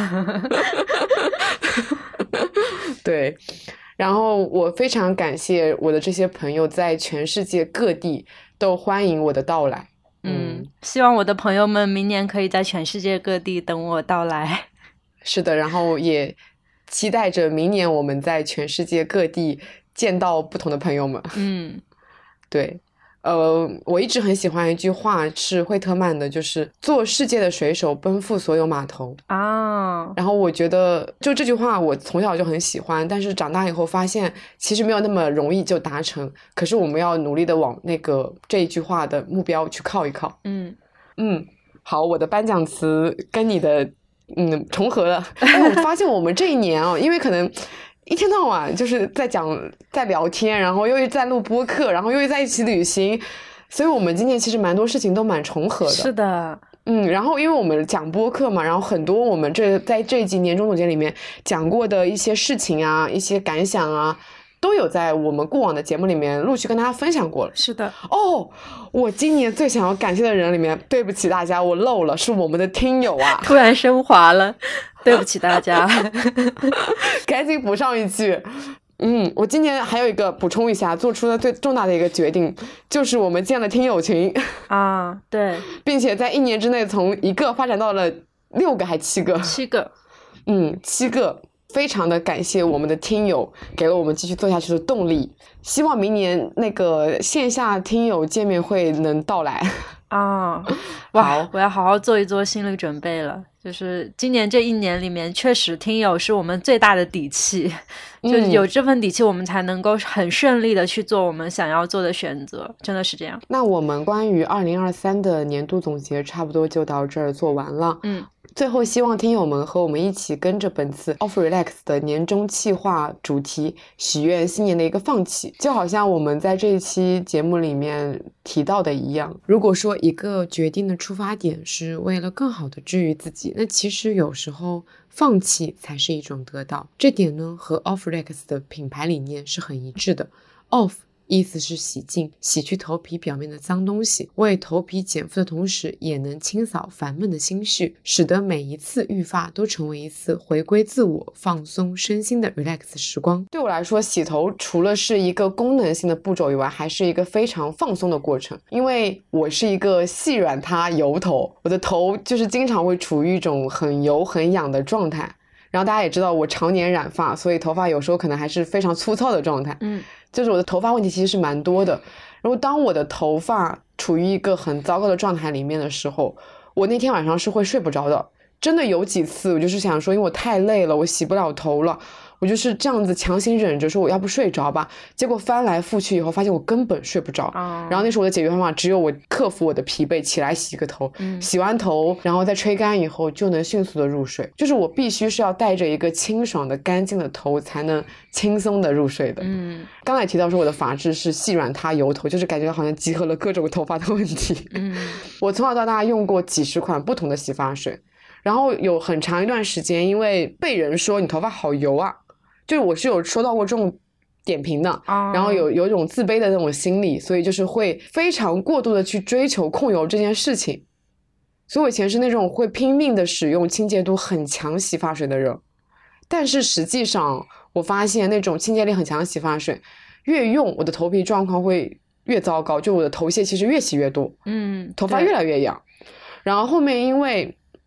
对，然后我非常感谢我的这些朋友在全世界各地都欢迎我的到来。 嗯，嗯，希望我的朋友们明年可以在全世界各地等我到来。 是的，然后也期待着明年我们在全世界各地见到不同的朋友们。 嗯， 对，呃，我一直很喜欢一句话是惠特曼的，就是做世界的水手，奔赴所有码头啊。 然后我觉得就这句话我从小就很喜欢，但是长大以后发现其实没有那么容易就达成，可是我们要努力的往那个这一句话的目标去靠一靠。 嗯嗯，好，我的颁奖词跟你的嗯重合了。哎，我发现我们这一年哦，因为可能一天到晚就是在讲在聊天，然后又在录播客，然后又在一起旅行，所以我们今年其实蛮多事情都蛮重合的。 是的。 嗯，然后因为我们讲播客嘛，然后很多我们这在这一集年终总结里面讲过的一些事情啊，一些感想啊，都有在我们过往的节目里面陆续跟大家分享过了。 是的。 哦，我今年最想要感谢的人里面，对不起大家，我漏了，是我们的听友啊！ 突然升华了，对不起大家， 赶紧补上一句。嗯，我今年还有一个补充一下，做出的最重大的一个决定，就是我们建了听友群啊，对， 并且在一年之内从一个发展到了六个还七个， 七个， 嗯，七个，非常的感谢我们的听友，给了我们继续做下去的动力。希望明年那个线下听友见面会能到来啊！哇，我要好好做一做心理准备了。就是今年这一年里面，确实听友是我们最大的底气，就是有这份底气，我们才能够很顺利的去做我们想要做的选择，真的是这样。 那我们关于二零二三的年度总结差不多就到这儿做完了。 嗯。 最后希望听友们和我们一起跟着本次 Off Relax 的年终企划主题许愿新年的一个放弃，就好像我们在这一期节目里面提到的一样，如果说一个决定的出发点是为了更好的治愈自己，那其实有时候放弃才是一种得到。这点呢和 Off Relax 的品牌理念是很一致的。 Off意思是洗净，洗去头皮表面的脏东西，为头皮减负的同时也能清扫烦闷的心绪，使得每一次浴发都成为一次回归自我放松身心的 relax 时光。对我来说，洗头除了是一个功能性的步骤以外，还是一个非常放松的过程。因为我是一个细软塌油头，我的头就是经常会处于一种很油很痒的状态，然后大家也知道我常年染发，所以头发有时候可能还是非常粗糙的状态。 嗯， 就是我的头发问题其实是蛮多的，然后当我的头发处于一个很糟糕的状态里面的时候，我那天晚上是会睡不着的。真的有几次我就是想说，因为我太累了，我洗不了头了，我就是这样子强行忍着说我要不睡着吧，结果翻来覆去以后发现我根本睡不着、哦、然后那时候我的解决方法只有我克服我的疲惫，起来洗个头、嗯、洗完头然后再吹干以后就能迅速的入睡，就是我必须是要带着一个清爽的干净的头才能轻松的入睡的。嗯，刚才提到说我的发质是细软塌油头，就是感觉好像集合了各种头发的问题。嗯，我从小到大用过几十款不同的洗发水，然后有很长一段时间因为被人说你头发好油啊，就是我是有收到过这种点评的、oh. 然后有有一种自卑的那种心理，所以就是会非常过度的去追求控油这件事情，所以我以前是那种会拼命的使用清洁度很强洗发水的人。但是实际上我发现那种清洁力很强的洗发水越用我的头皮状况会越糟糕，就我的头屑其实越洗越多，嗯，头发越来越痒。然后后面因为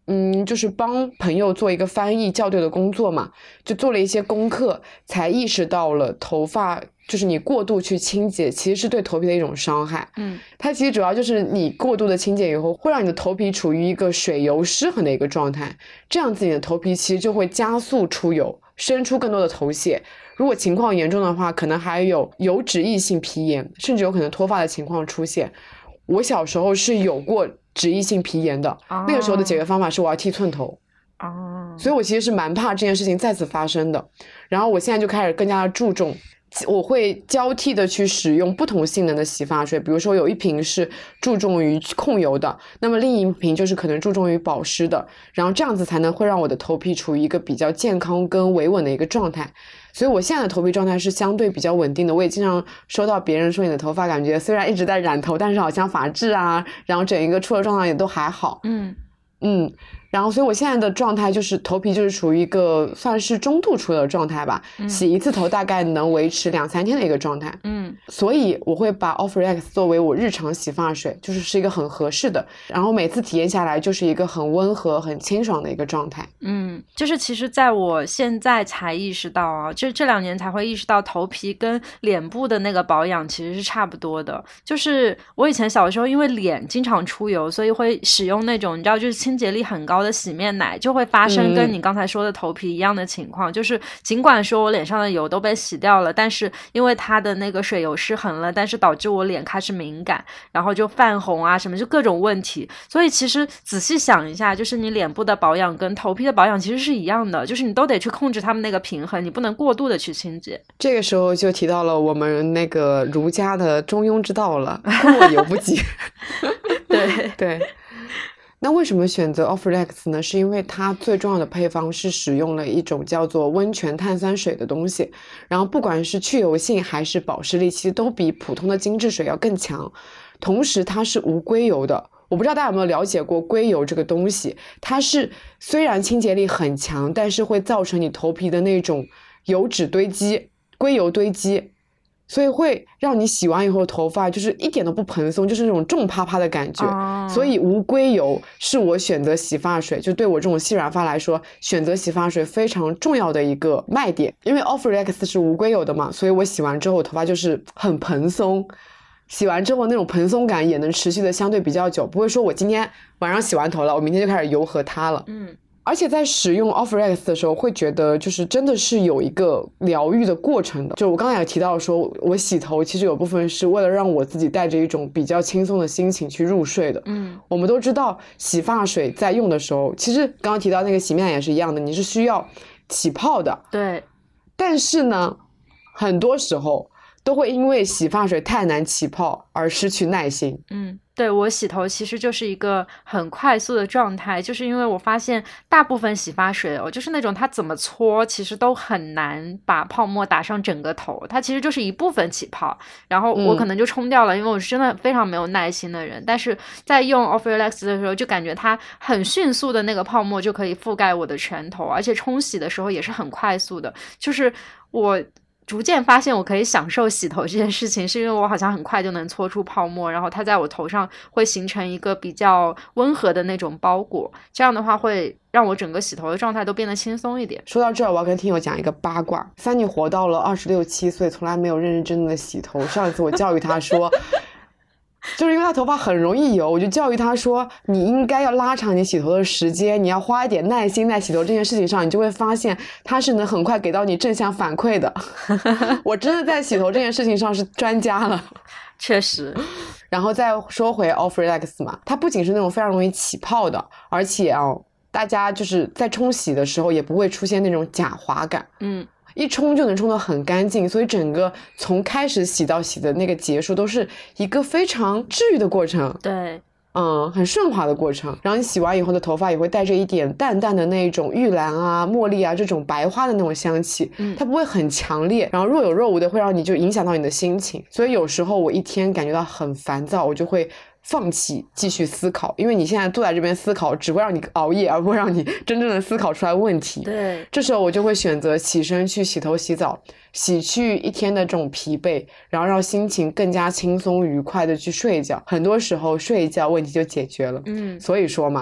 嗯，就是帮朋友做一个翻译校对的工作嘛，就做了一些功课，才意识到了头发就是你过度去清洁其实是对头皮的一种伤害。 嗯， 它其实主要就是你过度的清洁以后会让你的头皮处于一个水油失衡的一个状态，这样子你的头皮其实就会加速出油，生出更多的头屑，如果情况严重的话可能还有油脂溢性皮炎，甚至有可能脱发的情况出现。我小时候是有过脂溢性皮炎的、哦、那个时候的解决方法是我要剃寸头、哦、所以我其实是蛮怕这件事情再次发生的。然后我现在就开始更加的注重，我会交替的去使用不同性能的洗发水，比如说有一瓶是注重于控油的，那么另一瓶就是可能注重于保湿的，然后这样子才能会让我的头皮处于一个比较健康跟维稳的一个状态。所以我现在的头皮状态是相对比较稳定的。我也经常收到别人说你的头发感觉虽然一直在染头，但是好像发质啊，然后整一个出的状态也都还好。 嗯嗯，然后所以我现在的状态就是头皮就是处于一个算是中度出油的状态吧、嗯、洗一次头大概能维持两三天的一个状态。 嗯， 所以我会把 Off Relax 作为我日常洗发水，就是是一个很合适的，然后每次体验下来就是一个很温和很清爽的一个状态。 嗯，就是其实在我现在才意识到啊，就这两年才会意识到头皮跟脸部的那个保养其实是差不多的。就是我以前小的时候因为脸经常出油，所以会使用那种你知道就是清洁力很高的洗面奶，就会发生跟你刚才说的头皮一样的情况、嗯、就是尽管说我脸上的油都被洗掉了，但是因为它的那个水油失衡了，但是导致我脸开始敏感，然后就泛红啊什么，就各种问题。所以其实仔细想一下，就是你脸部的保养跟头皮的保养其实是一样的，就是你都得去控制他们那个平衡，你不能过度的去清洁。 这个时候就提到了我们那个儒家的中庸之道了，过犹不及。 对对。那为什么选择 Off Relax 呢？是因为它最重要的配方是使用了一种叫做温泉碳酸水的东西，然后不管是去油性还是保湿力其实都比普通的精致水要更强，同时它是无硅油的。我不知道大家有没有了解过硅油这个东西，它是虽然清洁力很强，但是会造成你头皮的那种油脂堆积、硅油堆积，所以会让你洗完以后头发就是一点都不蓬松，就是那种重趴趴的感觉、oh. 所以无硅油是我选择洗发水，就对我这种细软发来说选择洗发水非常重要的一个卖点。因为 Off Relax 是无硅油的嘛，所以我洗完之后我头发就是很蓬松，洗完之后那种蓬松感也能持续的相对比较久，不会说我今天晚上洗完头了我明天就开始油和它了。 嗯， 而且在使用 Off Relax 的时候会觉得就是真的是有一个疗愈的过程的。就我刚才也提到说我洗头其实有部分是为了让我自己带着一种比较轻松的心情去入睡的。 嗯， 我们都知道洗发水在用的时候，其实刚刚提到那个洗面奶也是一样的，你是需要起泡的。 对， 但是呢很多时候都会因为洗发水太难起泡而失去耐心。 嗯，对，我洗头其实就是一个很快速的状态，就是因为我发现大部分洗发水哦，就是那种它怎么搓其实都很难把泡沫打上整个头，它其实就是一部分起泡，然后我可能就冲掉了、嗯、因为我是真的非常没有耐心的人。但是在用 Off Relax 的时候就感觉它很迅速的那个泡沫就可以覆盖我的全头，而且冲洗的时候也是很快速的，就是我逐渐发现我可以享受洗头这件事情，是因为我好像很快就能搓出泡沫，然后它在我头上会形成一个比较温和的那种包裹，这样的话会让我整个洗头的状态都变得轻松一点。 说到这儿我要跟听友讲一个八卦，三妮活到了二十六七岁从来没有认认真真的洗头。上一次我教育她说就是因为他头发很容易油，我就教育他说你应该要拉长你洗头的时间，你要花一点耐心在洗头这件事情上，你就会发现他是能很快给到你正向反馈的。我真的在洗头这件事情上是专家了。 确实。 然后再说回 Off Relax 嘛，它不仅是那种非常容易起泡的，而且啊，大家就是在冲洗的时候也不会出现那种假滑感。 嗯， 一冲就能冲得很干净，所以整个从开始洗到洗的那个结束都是一个非常治愈的过程。 对， 嗯，很顺滑的过程。然后你洗完以后的头发也会带着一点淡淡的那种玉兰啊、茉莉啊这种白花的那种香气，嗯，它不会很强烈，然后若有若无的会让你就影响到你的心情。所以有时候我一天感觉到很烦躁，我就会放弃继续思考，因为你现在坐在这边思考只会让你熬夜，而不会让你真正的思考出来问题。 对， 这时候我就会选择起身去洗头洗澡，洗去一天的这种疲惫，然后让心情更加轻松愉快的去睡一觉。很多时候睡一觉问题就解决了。 嗯， 所以说嘛，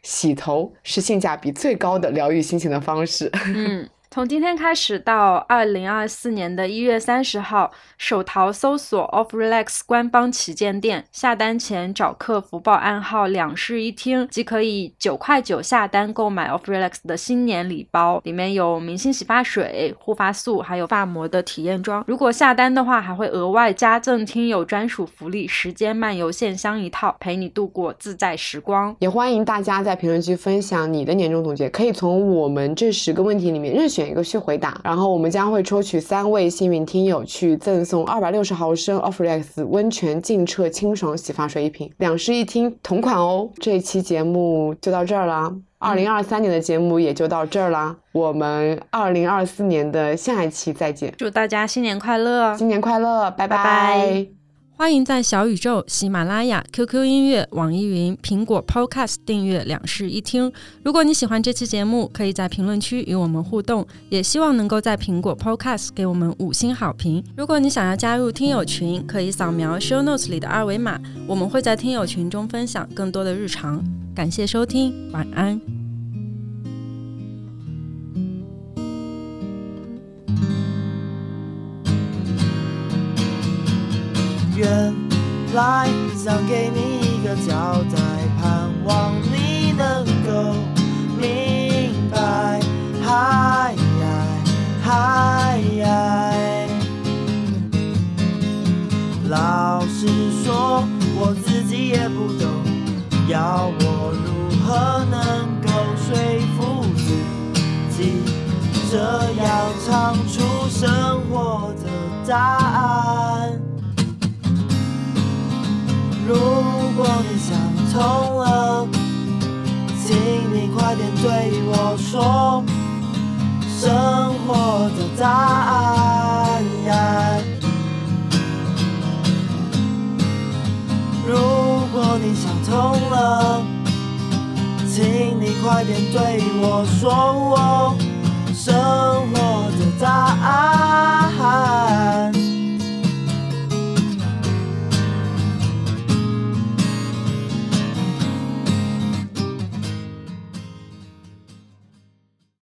洗头是性价比最高的疗愈心情的方式。 嗯，从今天开始到二零二四年的一月三十号，手淘搜索 Off Relax 官方旗舰店，下单前找客服报暗号两室一厅，即可以九块九下单购买 Off Relax 的新年礼包，里面有明星洗发水、护发素还有发膜的体验装。如果下单的话，还会额外加赠听友专属福利时间漫游线香一套，陪你度过自在时光。 也欢迎大家在评论区分享你的年终总结，可以从我们这十个问题里面任选一个去回答，然后我们将会抽取三位幸运听友去赠送二百六十毫升 Off Relax 温泉净澈清爽洗发水一瓶，两室一厅同款哦。这一期节目就到这儿啦，二零二三年的节目也就到这儿啦，我们二零二四年的下一期再见。 祝大家新年快乐， 新年快乐，拜拜。 拜拜。欢迎在小宇宙、喜马拉雅、Q Q 音乐、网易云、苹果 Podcast 订阅两室一厅。如果你喜欢这期节目，可以在评论区与我们互动，也希望能够在苹果 Podcast 给我们五星好评。如果你想要加入听友群，可以扫描 Show Notes 里的二维码，我们会在听友群中分享更多的日常。感谢收听，晚安。 原来想给你一个交代，盼望你能够明白。嗨嗨嗨，老实说我自己也不懂，要我如何能够说服自己，这样唱出生活的答案。如果你想通了，请你快点对我说生活的答案。如果你想通了，请你快点对我说